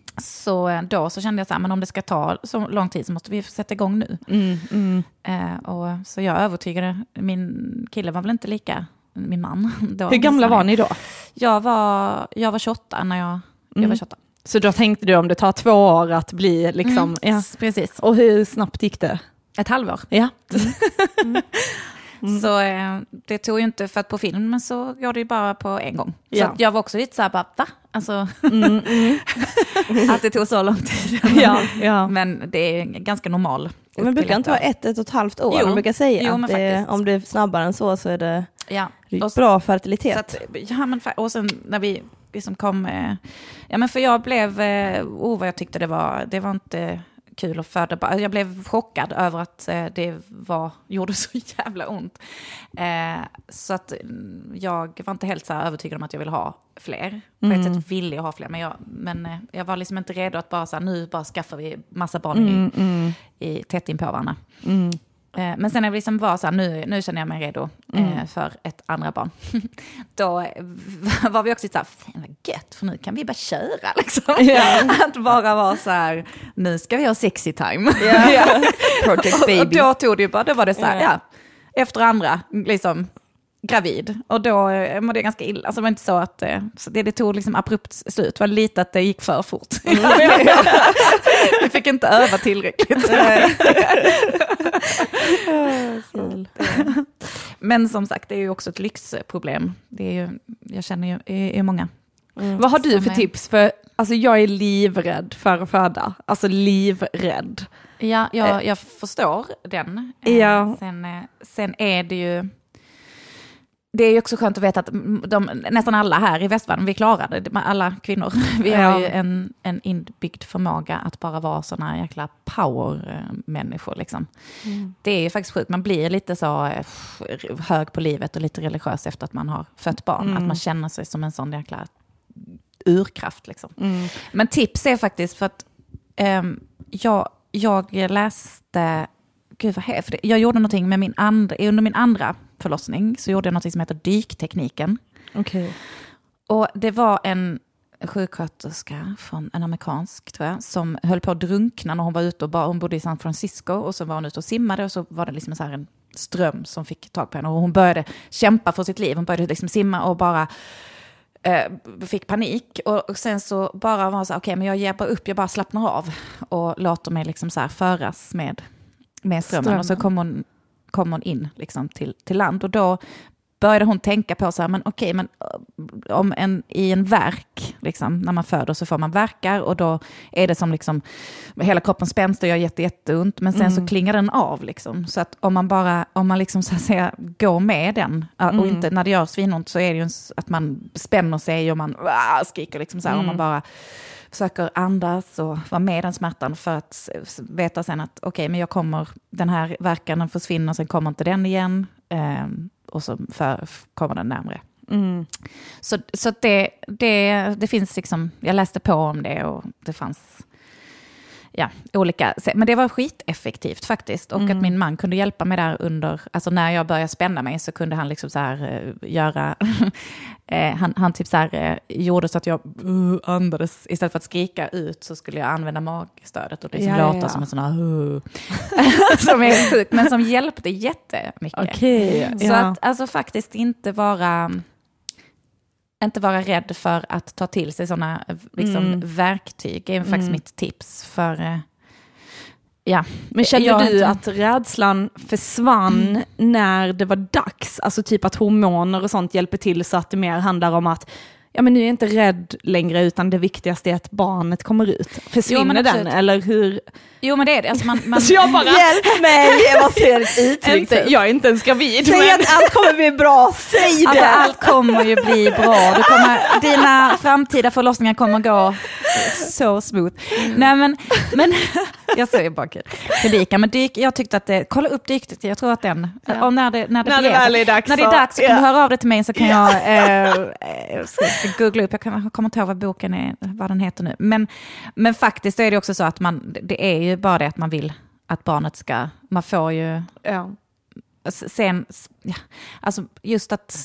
Så då så kände jag så här, men om det ska ta så lång tid så måste vi sätta igång nu. Mm, mm. Eh, och så jag övertygade, min kille var väl inte lika, min man. Då, Hur gamla var ni då? Jag var, jag var tjugoåtta när jag, jag Mm. var tjugoåtta. Så då tänkte du om det tar två år att bli liksom... Mm, Ja. precis. Och hur snabbt gick det? Ett halvår. Ja. Mm. Mm. Så eh, det tog ju inte, för att på filmen så går det ju bara på en gång. Så Ja. att jag var också lite så här, bara, va? Alltså, Mm, mm. att det tog så lång tid. ja, ja. Men det är ganska normal. Men brukar inte vara ett, ett och ett halvt år? Jo. Man brukar säga Jo, att men det, faktiskt. om det är snabbare än så så är det Ja. Och, bra så fertilitet. att, ja, men, fa- och sen när vi liksom kom, eh, ja men för jag blev, eh, oh vad jag tyckte det var, det var inte kul att föda barn. Jag blev chockad över att eh, det var, gjorde så jävla ont. Eh, så att mm, jag var inte helt så här övertygad om att jag ville ha fler. På ett Mm. sätt ville jag ha fler, men jag, men, eh, jag var liksom inte redo att bara så här, nu bara skaffar vi massa barn Mm, i, mm, i, tätt in på varandra. mm. Eh, Men sen när vi liksom var så här, nu, nu känner jag mig redo eh, för ett andra barn. Då eh, var vi också lite så här, fan vad gött, för nu kan vi bara köra liksom. Ja. Att bara vara så här, nu ska vi ha sexy time. Ja. Project Och, och baby. då tog det ju bara, då var det så här, Ja. ja, efter andra, liksom gravid. Och då eh, mådde jag ganska illa. Alltså det var inte så att eh, så det, det tog liksom abrupt slut. Det var lite att det gick för fort. Vi fick inte öva tillräckligt. Men som sagt, det är ju också ett lyxproblem. Det är ju, jag känner ju är, är många. Mm. Vad har du Som för är- tips? För alltså, jag är livrädd för att föda. Alltså livrädd. Ja, jag, jag förstår den. Eh, Ja. Sen, eh, sen är det ju... Det är ju också skönt att veta att de, nästan alla här i västvärlden, vi klarar det. Alla kvinnor, vi har Ja. ju en, en inbyggd förmåga att bara vara såna jäkla power-människor. Liksom. Mm. Det är ju faktiskt sjukt. Man blir lite så eh, hög på livet och lite religiös efter att man har fött barn. Mm. Att man känner sig som en sån jäkla urkraft. Liksom. Mm. Men tips är faktiskt för att ehm, jag, jag läste, gud vad heter det? Jag gjorde någonting med min andra, under min andra förlossning så gjorde jag något som heter dyktekniken. Okej. Och det var en sjuksköterska från en amerikansk, tror jag, som höll på att drunkna när hon var ute och bara, hon bodde i San Francisco och så var hon ute och simmade och så var det liksom så här en ström som fick tag på henne och hon började kämpa för sitt liv. Hon började liksom simma och bara eh, fick panik och, och sen så bara var så här, okej, men jag ger bara upp, jag bara slappnar av och låter mig liksom så här föras med, med strömmen. Strömmen. Och så kom hon, kom hon in liksom till, till land och då började hon tänka på så här, men okej, men om en, i en verk, liksom, när man föder så får man verkar och då är det som liksom, hela kroppen spänns och gör jätte, jätteont, men sen Mm. så klingar den av liksom. Så att om man bara, om man liksom så att säga går med den och Mm. inte, när det gör svinont så är det ju att man spänner sig och man ah, skriker liksom så här, Mm. och man bara försöker andas och vara med den smärtan för att veta sen att okej, men jag kommer, den här verkan den försvinner, sen kommer inte den igen. Um, och så för, kommer den närmare. Mm. Så, så att det, det, det finns liksom, jag läste på om det och det fanns ja, olika, men det var skiteffektivt faktiskt och Mm. att min man kunde hjälpa mig där under, alltså när jag började spänna mig så kunde han liksom så här uh, göra, eh, han, han typ så här uh, gjorde så att jag uh, andades, istället för att skrika ut så skulle jag använda magstödet och liksom Ja, låta ja. som en sån här uh, som är sjuk, men som hjälpte jättemycket. Okej. Så Ja. att alltså faktiskt inte vara inte vara rädd för att ta till sig sådana liksom, Mm. verktyg. Det är faktiskt Mm. mitt tips för eh, ja. Men kände Jag du inte- att rädslan försvann Mm. när det var dags? Alltså typ att hormoner och sånt hjälper till så att det mer handlar om att ja men nu är jag inte rädd längre utan det viktigaste är att barnet kommer ut. Försvinner jo, den eller hur? Jo men det är det. Alltså man, man... Så jag bara, hjälp mig, jag måste se ett uttryck. Inte, jag är inte ens gravid. Säg men... att allt kommer bli bra, säg det. Alltså, allt kommer ju bli bra. Du kommer, dina framtida förlossningar kommer gå så smooth. Mm. Nej men, men jag säger bara kul. Predika, men dyk, jag tyckte att det, kolla upp dyktigt, jag tror att den, ja. och när det, när det, när det blir, väl är dags, när det är dags så ja. kan du höra av dig till mig så kan ja. jag eh, ska, ska googla upp, jag, kan, jag kommer inte ihåg vad boken är, vad den heter nu. Men, men faktiskt är det också så att man, det är ju bara det att man vill att barnet ska, man får ju ja. sen, ja, alltså just att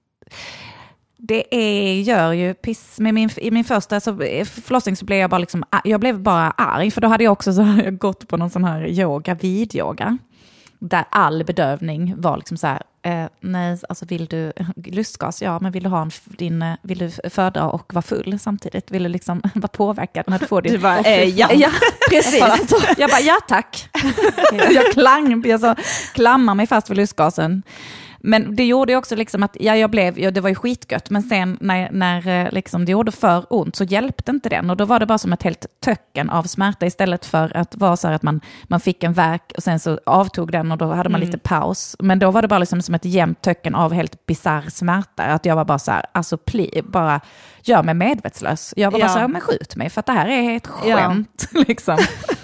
det är, gör ju piss. Med min, i min första så, förlossning så blev jag bara liksom, jag blev bara arg, för då hade jag också så här, jag gått på någon sån här yoga, vid-yoga, där all bedövning var liksom så här, eh, nej, alltså vill du lustgas? Ja, men vill du ha en, din, vill du föda och vara full samtidigt? Vill du liksom vara påverkad när du får din... Du bara, eh, ja. ja, precis. Jag bara, jag bara, ja tack. jag klang, jag så klammar mig fast vid lustgasen. Men det gjorde ju också liksom att, ja, jag blev, ja, det var ju skitgött, men sen när, när liksom det gjorde för ont så hjälpte inte den, och då var det bara som ett helt töcken av smärta istället för att vara så här att man, man fick en värk och sen så avtog den och då hade man mm. lite paus, men då var det bara liksom som ett jämnt töcken av helt bizarr smärta, att jag var bara så här, alltså pli, bara gör mig medvetslös, jag var ja. bara så här, men skjut mig för att det här är ett skämt ja. liksom.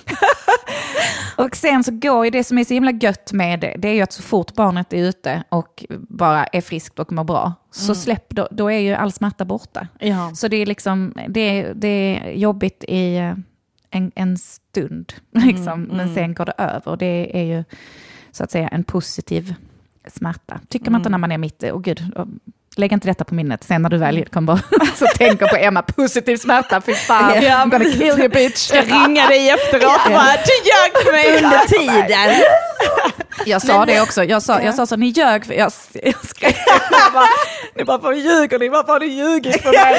Och sen så går ju det som är så himla gött med det, det är ju att så fort barnet är ute och bara är friskt och mår bra, så mm. släpp, då, då är ju all smärta borta. Ja. Så det är liksom, det är, det är jobbigt i en, en stund, liksom, mm, men mm. sen går det över. Och det är ju så att säga en positiv smärta. Tycker man mm. inte när man är mitt, och gud, och, lägg inte detta på minnet sen när du väl kommer bara så tänker på Emma, positiv smärta, fy fan, I'm gonna kill you bitch. Ska ringa dig efteråt och bara, du ljög mig under tiden. Jag sa men, det också, jag sa, jag sa så, ni ljög, för jag, jag skrev, jag bara, ni bara, vad ljuger ni, varför har ni ljugit för mig?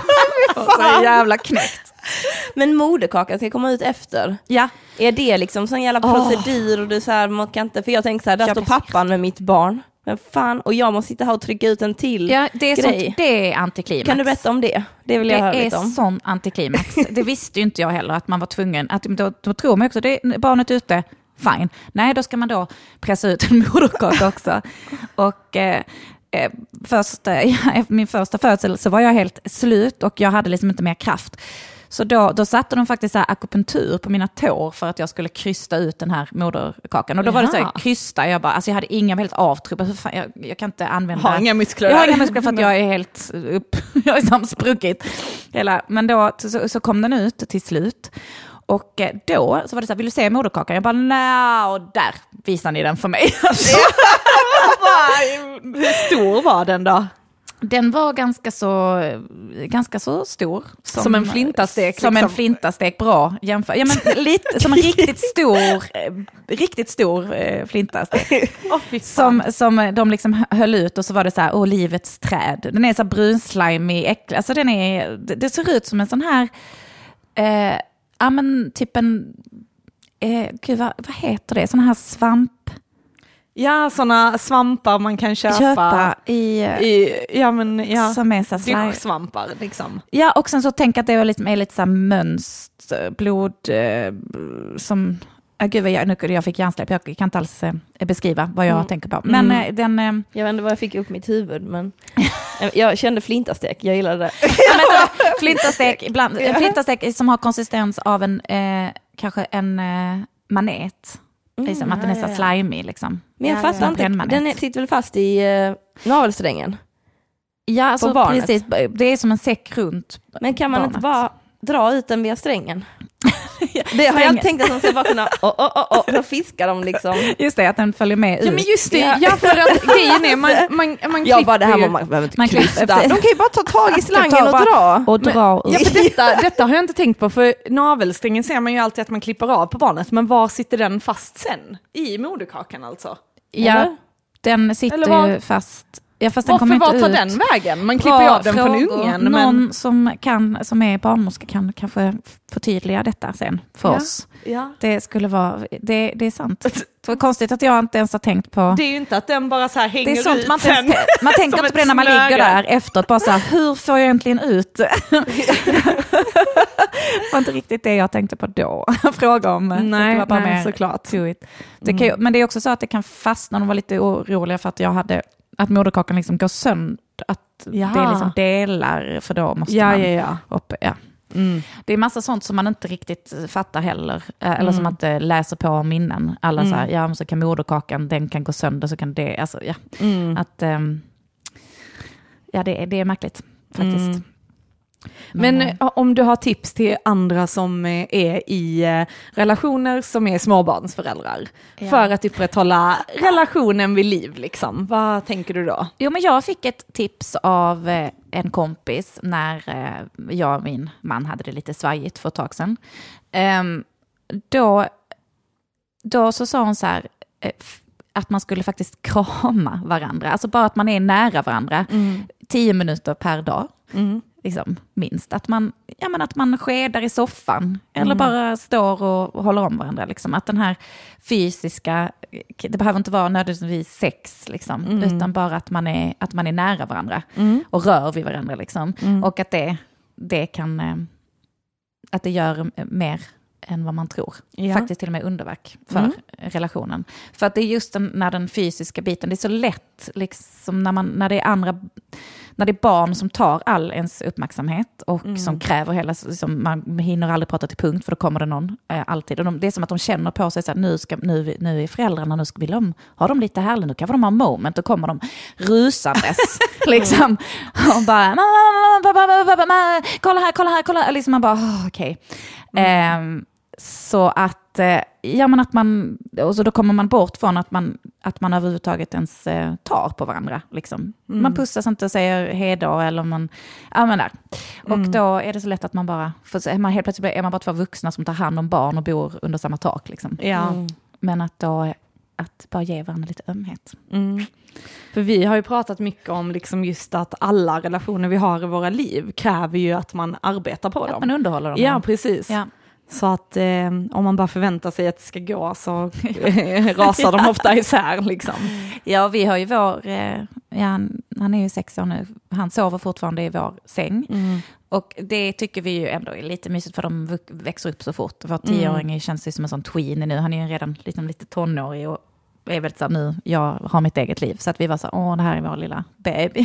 Så jävla knäckt. Men moderkakan ska komma ut efter. Ja. Är det liksom sån jävla procedur, och du så här, man kan inte, för jag tänker så här, där jag står pappan med mitt barn. Men fan, och jag måste sitta här och trycka ut en till ja, det är grej. Sånt, det är antiklimax. Kan du berätta om det? Det vill jag det höra lite om. Det är sån antiklimax. Det visste ju inte jag heller, att man var tvungen. Att, då, då tror man också, det är barnet ute, fine. Nej, då ska man då pressa ut en moderkaka också. Och eh, först, eh, min första födsel så var jag helt slut och jag hade liksom inte mer kraft. Så då, då satte de faktiskt så här akupunktur på mina tår för att jag skulle krysta ut den här moderkakan. Och då Jaha. var det så här, krysta, jag bara, alltså jag hade inga väldigt avtrupp. Fan, jag, jag kan inte använda... Har inga muskler. Jag har inga muskler för att jag är helt upp, jag är samspruckit. Hela, men då så, så kom den ut till slut. Och då så var det så här, vill du se moderkakan? Jag bara, nej, och där visar ni den för mig. Hur stor var den då? Den var ganska så, ganska så stor. Som, som en flintastek. Som liksom. en flintastek, bra jämför. Ja, men lite, som en riktigt stor, riktigt stor eh, flintastek. Oh, som, som de liksom höll ut och så var det så här, åh, livets träd. Den är så här brunslime, äcklig. Alltså den är, det, det ser ut som en sån här, eh, ja men typ en, eh, gud vad, vad heter det? Sån här svamp. Ja, såna svampar man kan köpa, köpa i, i ja men ja, som är så här svampar liksom. Ja, och sen så tänk att det är lite, är lite så här mönster, blod eh, som, äh, gud vad jag, nu, jag fick hjärnsläpp, jag kan inte alls eh, beskriva vad jag mm. tänker på. Men mm. eh, den... Eh, jag vet inte vad jag fick upp mitt huvud, men jag kände flintastek, jag gillade det. Ja, men så, flintastek, ibland, en flintastek som har konsistens av en, eh, kanske en eh, manet. Mm, liksom, att den är så slimy liksom. Men jag ja, fattar ja. inte, den är, sitter väl fast i uh, navelsträngen? Ja, alltså precis, det är som en säck runt. Men kan man barnet. inte bara dra ut den via strängen? Det har jag tänkt att de ska bara kunna, åh, åh, åh, åh, då fiskar de liksom. Just det, att den följer med ut. Ja, men just det, ja, för att grejen är, man, man, man ja, bara det här var man behöver inte man krysta. De kan ju bara ta tag i slangen och dra. Och dra men, ja, för detta, detta har jag inte tänkt på, för navelsträngen ser man ju alltid att man klipper av på barnet, men var sitter den fast sen? I moderkakan alltså? Ja, eller? Den sitter ju fast Ja, fast den Varför kommer var inte ta ut. den vägen? Man klipper ju av den från ungen. Någon Men... som, kan, som är barnmorska kan kanske förtydliga detta sen för Ja. oss. Ja. Det skulle vara, det, det är sant. Det var konstigt att jag inte ens har tänkt på... Det är ju inte att den bara så här hänger Det är sånt ut man, sen. inte, man tänker Som inte på det ett när man snöre. ligger där efteråt. Bara så här, hur får jag egentligen ut? Det var inte riktigt det jag tänkte på då. Fråga om. Nej, det var bara nej, mer såklart. to it. Det kan ju, men det är också så att det kan fastna. De var lite oroliga för att jag hade, att moderkakan liksom går sönder. Att Jaha. det är liksom delar, för då måste Ja, man ja, ja. upp. Ja. Mm. Det är massa sånt som man inte riktigt fattar heller. eh, Eller Mm. som man inte läser på minnen. Alla Mm. så här, ja men så kan moderkakan, den kan gå sönder, så kan det, alltså ja. Mm. Att, ehm, ja det är, det är märkligt faktiskt. Mm. Men eh, eh, om du har tips till andra som eh, är i eh, relationer som är småbarnsföräldrar Ja. för att upprätthålla relationen vid liv, liksom. Vad tänker du då? Jo, men jag fick ett tips av eh, en kompis när eh, jag och min man hade det lite svajigt för ett tag sedan. Ehm, då, då så sa hon så här, eh, f- att man skulle faktiskt krama varandra. Alltså bara att man är nära varandra. Mm. Tio minuter per dag. Mm. Liksom, minst. Att man, ja, men att man skedar i soffan. Eller Mm. bara står och håller om varandra. Liksom. Att den här fysiska, det behöver inte vara nödvändigtvis sex. Liksom, Mm. utan bara att man, är, att man är nära varandra. Mm. Och rör vid varandra. Liksom. Mm. Och att det, det kan, eh, att det gör mer än vad man tror. Ja. Faktiskt till och med underverk för Mm. relationen. För att det är just den, när den fysiska biten, det är så lätt liksom, när, man, när det är andra, när det är barn som tar all ens uppmärksamhet och Mm. som kräver hela, som man hinner aldrig prata till punkt för då kommer det någon eh, alltid. Och de, det är som att de känner på sig så här, nu, ska, nu, nu är föräldrarna, nu ska, vill de ha dem lite härligt, nu kan de ha moment, då kommer de rusandes liksom och bara "Mamma, mamma, mamma, mamma, mamma, kolla här, kolla här, kolla här", liksom man bara oh, okej. Okay. Mm. Eh, så att, eh, ja, men att man, och så då kommer man bort från att man, att man överhuvudtaget ens eh, tar på varandra. Liksom. Mm. Man pussas inte och säger hej då, eller man, ja men där. Och Mm. då är det så lätt att man bara, för är man helt plötsligt är man bara två vuxna som tar hand om barn och bor under samma tak. Liksom. Ja. Mm. Men att då, att bara ge varandra lite ömhet. Mm. För vi har ju pratat mycket om liksom just att alla relationer vi har i våra liv kräver ju att man arbetar på Att dem. man underhåller dem. Ja, precis. Ja. Så att eh, om man bara förväntar sig att det ska gå så rasar de ofta isär liksom. Ja, vi har ju vår, eh, ja, han, han är ju sex år nu, han sover fortfarande i vår säng. Mm. Och det tycker vi ju ändå är lite mysigt för de vux- växer upp så fort. Vår tioåring mm. känns ju som en sån tween nu, han är ju redan liksom lite tonårig och är väldigt så här, nu, jag har mitt eget liv. Så att vi var så här, åh det här är vår lilla baby.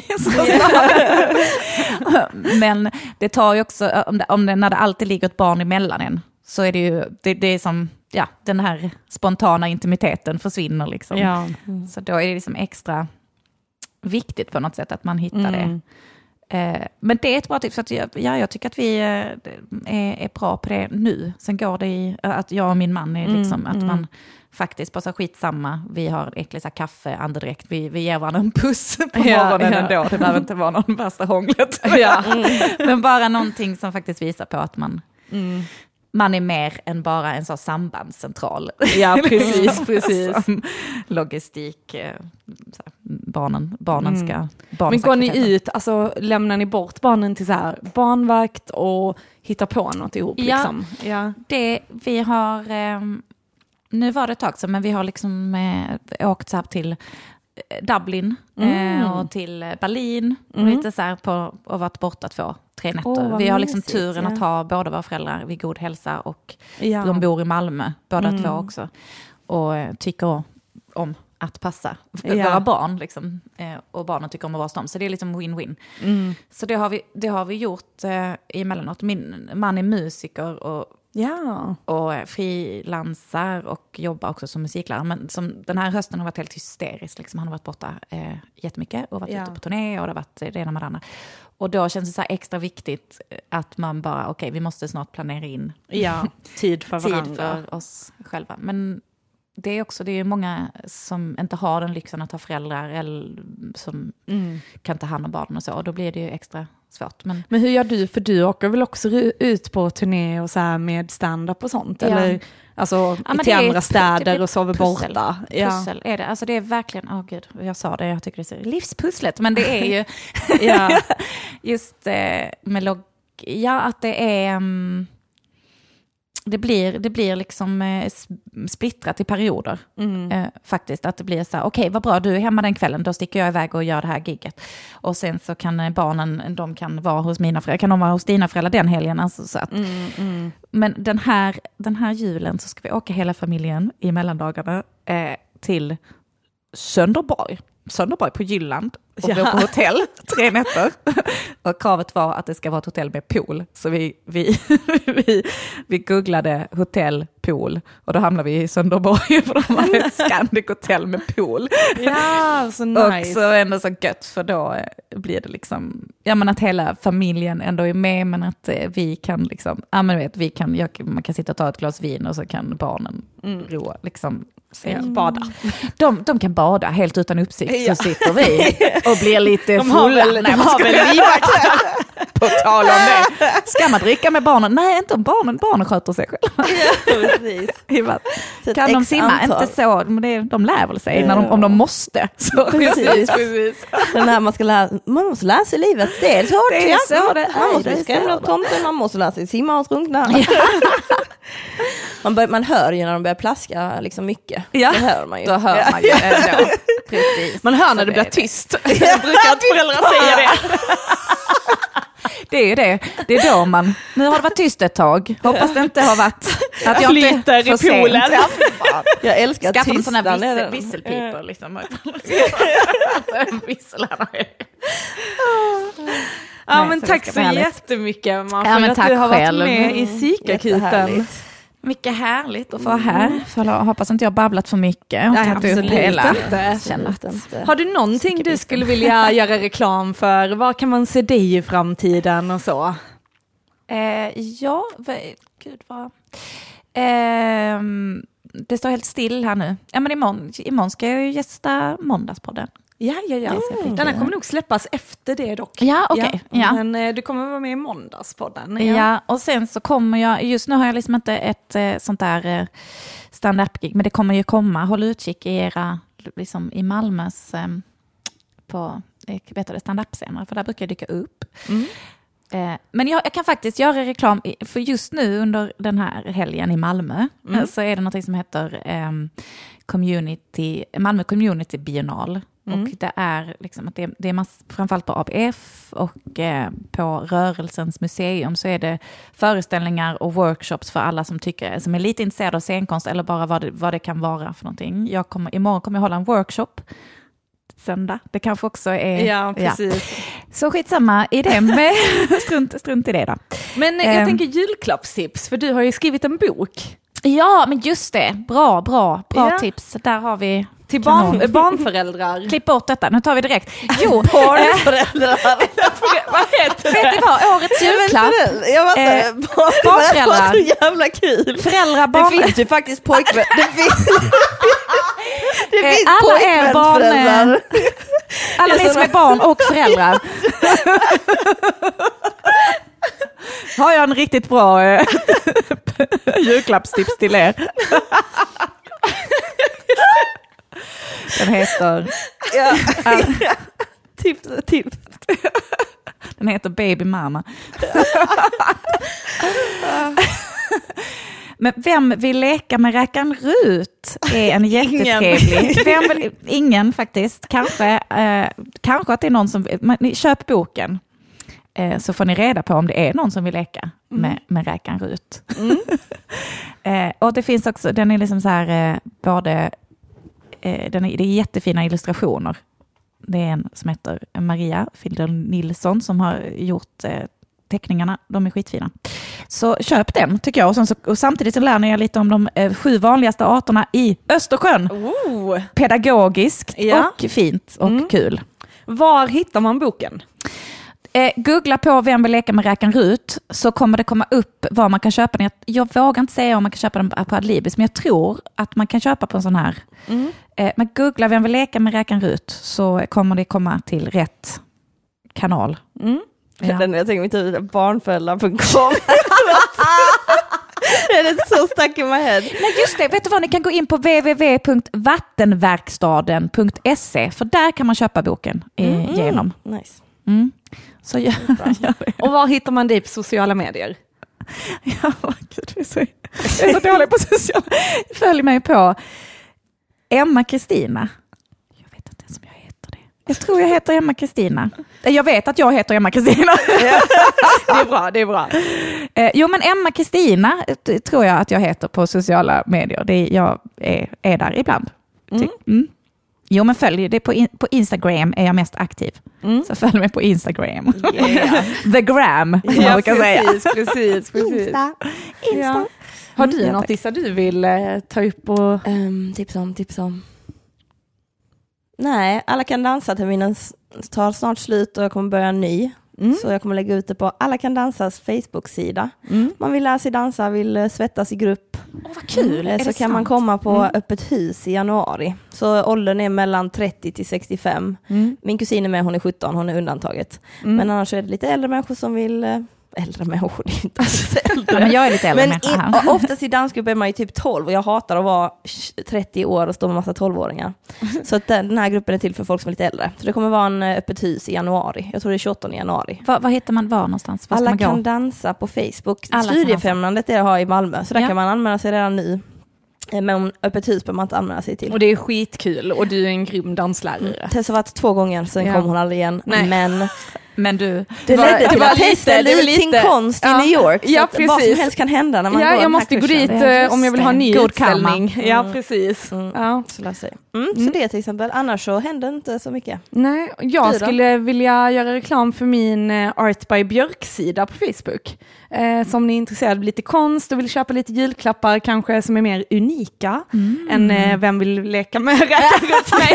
Men det tar ju också, om det, om det, när det alltid ligger ett barn emellan en, så är det ju, det, det är som, ja, den här spontana intimiteten försvinner liksom. Ja. Så då är det liksom extra viktigt på något sätt att man hittar Mm. det. Eh, men det är ett bra tips, att jag, ja, jag tycker att vi eh, är, är bra på det nu. Sen går det i, att jag och min man är liksom, Mm, att mm. man faktiskt bara så skitsamma, vi har äcklig så här kaffe, andedräkt, vi, vi ger varandra en puss på Ja, morgonen ja. ändå, det behöver inte vara någon värsta hånglet. Ja. Men bara någonting som faktiskt visar på att man, Mm. man är mer än bara en sån sambandscentral. Ja, precis, precis. Som logistik, eh, så här, barnen, barnen ska... Mm. Barnens Men går ni aktiviteter. ut, alltså lämnar ni bort barnen till så här barnvakt och hittar på något ihop Ja. liksom? Ja. Det, vi har, eh, nu var det ett tag sedan, men vi har liksom eh, åkt så här till Dublin Mm. eh, och till Berlin och Mm. lite så här på, och varit borta två, tre nätter. Åh, vad vi har liksom mysigt, turen ja. att ha båda våra föräldrar vid god hälsa och Ja. de bor i Malmö, båda Mm. två också. Och eh, tycker om att passa Ja. våra barn. Liksom. Eh, och barnen tycker om att vara hos dem. Så det är liksom win-win. Mm. Så det har vi, det har vi gjort eh, emellanåt. Min man är musiker och, Ja. och frilansar och jobbar också som musiklärare. Men som, den här hösten har varit helt hysterisk. Liksom. Han har varit borta eh, jättemycket och varit Ja. ute på turné och det har varit det ena med det andra. Och då känns det så här extra viktigt att man bara, okej, okay, vi måste snart planera in Ja, tid för varandra. tid för oss själva. Men det är också, det är många som inte har den lyxen att ha föräldrar eller som Mm. kan ta hand om barnen och så. Och då blir det ju extra svårt. Men, men hur gör du? För du åker väl också ut på turné och så här med stand-up och sånt? Ja. Eller alltså ja, till andra städer och sover pussel, borta? Ja. Pussel är det. Alltså det är verkligen, åh oh gud, jag sa det, jag tycker det är livspusslet. Men det är ju ja. just eh, med log- ja, att det är... Um, Det blir, det blir liksom eh, splittrat i perioder. Mm. Eh, faktiskt, att det blir så här, okej, okay, vad bra, du är hemma den kvällen, då sticker jag iväg och gör det här gigget. Och sen så kan eh, barnen, de kan vara hos mina föräldrar, kan de vara hos dina föräldrar den helgen. Alltså, så att, mm, mm. Men den här, den här julen så ska vi åka hela familjen i mellandagarna eh, till Sönderborg. Sönderborg på Jylland och ja. På hotell tre nätter. Och kravet var att det ska vara ett hotell med pool. Så vi, vi, vi, vi googlade hotell, pool och då hamnade vi i Sönderborg för de hade ett Scandic hotell med pool. Ja, så nice. Och så ändå så gött för då blir det liksom, ja men att hela familjen ändå är med men att vi kan liksom, ja men vet, vi kan, jag, man kan sitta och ta ett glas vin och så kan barnen mm. roa liksom. Mm. Bada. De, de kan bada helt utan uppsikt ja. Så sitter vi och blir lite de fulla. Har väl, Nej, de har väl på tal om det. Ska man dricka med barnen? Nej, inte om barnen. Barnen sköter sig själva. Ja, kan de simma? Inte så. Men det, de lär väl sig ja. när de, om de måste. Så. Precis. Precis. Den här man ska lära, man måste lära sig livet. Det är så. Det är ja. så. Det, man måste skrämma tomten. Man måste lära sig simma och drunkna. Ja. Man, bör, man hör ju när de börjar plaska liksom mycket. Ja, det hör man ju. Då hör man ju ändå. Precis. Man hör när det blir tyst. Jag brukar att föräldrar säga det. Det är ju det. Det är då man... Nu har det varit tyst ett tag. Hoppas det inte har varit... Att jag inte i poolen. Ja, jag älskar tystnad. Skaffa tystnad. sådana vissel, visselpipor. Liksom. Visslarna. Ja, Nej, men så tack så jättemycket, Emma, för ja, men att tack du har själv. varit med i psykakuten. Mycket härligt att få vara här. För jag hoppas inte jag har babblat för mycket. Nej, absolut hela inte. Har du någonting du skulle vilja göra reklam för? Var kan man se dig i framtiden och så? Eh, ja, gud vad... Eh, det står helt still här nu. Ja, men imorgon, imorgon ska jag ju gästa Måndagspodden. Ja, ja, ja. Mm. Den här kommer nog släppas efter det dock. Ja, okej. Okay. Ja. Ja. Men eh, du kommer vara med i Måndagspodden. Ja. ja, och sen så kommer jag, just nu har jag liksom inte ett eh, sånt där eh, stand-up-gig, men det kommer ju komma. Håll utkik i era, liksom i Malmös, eh, på, eh, vet du det, stand-up-scener, för där brukar jag dyka upp. Mm. Eh, men jag, jag kan faktiskt göra reklam, i, för just nu under den här helgen i Malmö, mm. eh, så är det något som heter eh, community, Malmö Community Biennal. Mm. Och det är liksom att det, det är mass, framförallt på A B F och eh, på Rörelsens museum så är det föreställningar och workshops för alla som tycker som är lite intresserade av scenkonst eller bara vad det, vad det kan vara för någonting. Jag kommer, imorgon kommer jag hålla en workshop söndag. Det kanske också är... Ja, precis. Ja. Så skitsamma i det, med strunt, strunt i det då. Men jag um, tänker julklappstips, för du har ju skrivit en bok. Ja, men just det. Bra, bra. Bra ja. tips. Där har vi... Till barn, barnföräldrar. Klipp bort detta, nu tar vi direkt. Jo, barnföräldrar. Vad heter det? Vet du vad? Årets julklapp. Jag vet inte. Eh, barnföräldrar. Det var så jävla kul. Föräldrar, barn. Det finns ju faktiskt pojkvän. Det finns, det eh, finns alla är barn. Föräldrar. Alla ni som är barn och föräldrar. Har jag en riktigt bra eh, julklappstips till er. Den heter... Ja. tips, tips. Den heter Baby Mama. Men vem vill leka med räkan Rut är en jättetrevlig. Vem vill, ingen faktiskt. Kanske, eh, kanske att det är någon som... Man, köp boken. Eh, så får ni reda på om det är någon som vill leka mm. med, med räkan Rut. Mm. eh, och det finns också... Den är liksom så här... Eh, både... Den är, det är jättefina illustrationer. Det är en som heter Maria Filder Nilsson som har gjort eh, teckningarna. De är skitfina. Så köp den tycker jag. Och, sen så, och samtidigt så lär ni er lite om de eh, sju vanligaste arterna i Östersjön. Oh. Pedagogiskt ja. och fint och mm. kul. Var hittar man boken? Eh, googla på Vem vill leka med räkan Rut så kommer det komma upp var man kan köpa den. Jag, jag vågar inte säga om man kan köpa den på Adlibris, men jag tror att man kan köpa på en sån här. Mm. Eh, men googla Vem vill leka med räkan Rut så kommer det komma till rätt kanal. Mm. Ja. Den, jag tänker inte barnföräldrar punkt com. Det är så stuck in my head. Nej just det, vet du vad, ni kan gå in på w w w punkt vattenverkstaden punkt se för där kan man köpa boken mm. igenom. Nice. Mm. Så gör, gör det. Och var hittar man dig på sociala medier? Ja, gud, det är så, det är så dålig på sociala. Följ mig på Emma Kristina. Jag vet inte ens om jag heter det. Jag tror jag heter Emma Kristina. Jag vet att jag heter Emma Kristina. Det är bra, det är bra. Eh, jo, men Emma Kristina tror jag att jag heter på sociala medier. Det är, jag är, är där ibland. Mm. Mm. Jo, men följ det på, in, på Instagram är jag mest aktiv. Mm. Så följ mig på Instagram. Yeah. The gram, som ja, man brukar precis, säga. Precis, precis. Insta. Insta. Ja. Har du Mm, något, Issa, du vill eh, ta upp och... Um, tips om, tips om. Nej, Alla kan dansa-terminen tar snart slut och jag kommer börja en ny. Mm. Så jag kommer lägga ut det på Alla kan dansas Facebook-sida. Mm. Man vill lära sig dansa, vill svettas i grupp. Åh, vad kul. Mm. Så kan sant? man komma på mm. öppet hus i januari. Så åldern är mellan trettio till sextiofem. Mm. Min kusin är med, hon är sjutton, hon är undantaget. Mm. Men annars är det lite äldre människor som vill... Äldre människor, det är inte alls äldre. Ja, men jag är lite äldre. Men i, oftast i dansgrupp är man ju typ tolv och jag hatar att vara trettio år och stå med massa tolvåringar. Så att den, den här gruppen är till för folk som är lite äldre. Så det kommer vara en öppet hus i januari. Jag tror det är tjugoåttonde januari. Vad, vad hittar man var någonstans? Var Alla man kan gå? dansa på Facebook. Alla Studiefrämjandet är det har i Malmö. Så där ja. kan man anmäla sig redan nu. Men öppet hus behöver man inte anmäla sig till. Och det är skitkul och du är en grym danslärare. Mm. Tess har varit två gånger, sen ja. kom hon aldrig igen. Nej. Men... Men du, det, det ledde var, till det att lite, Tess ställde ut sin konst ja. i New York. Så ja, att vad som helst kan hända när man ja, går jag den måste här gå dit ja, om jag vill ha en ny God utställning. karma. Ja, Mm. precis. Mm. Ja. Så, mm. Mm. så det till exempel. Annars så händer inte så mycket. Nej, jag skulle vilja göra reklam för min Art by Björk-sida på Facebook. Eh, som ni är intresserade av lite konst och vill köpa lite julklappar kanske som är mer unika mm. än eh, Vem vill leka med räkar. Nej,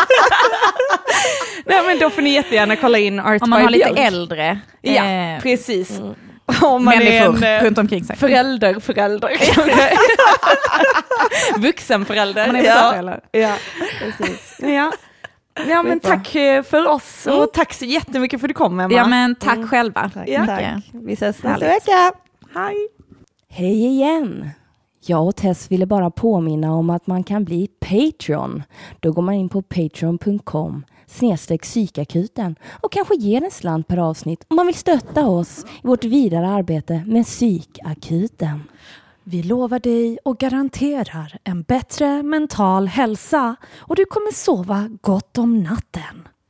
Nej, men då får ni jättegärna kolla in Art by Björk. Om man har lite äldre. Ja, eh, precis. Mm. Om man människor är en, runt omkring sig. Förälder, förälder. Vuxenförälder. Man är ja. förälder. Ja, precis. Ja. Ja, men tack för oss och mm. tack så jättemycket för att du kom, Emma. Ja, men tack mm. själva. Tack. Ja. tack. Vi ses nästa vecka. Hej. Hej igen. Jag och Tess ville bara påminna om att man kan bli Patreon. Då går man in på patreon punkt com snedstreck psykakuten och kanske ger en slant per avsnitt om man vill stötta oss i vårt vidare arbete med psykakuten. Vi lovar dig och garanterar en bättre mental hälsa och du kommer sova gott om natten.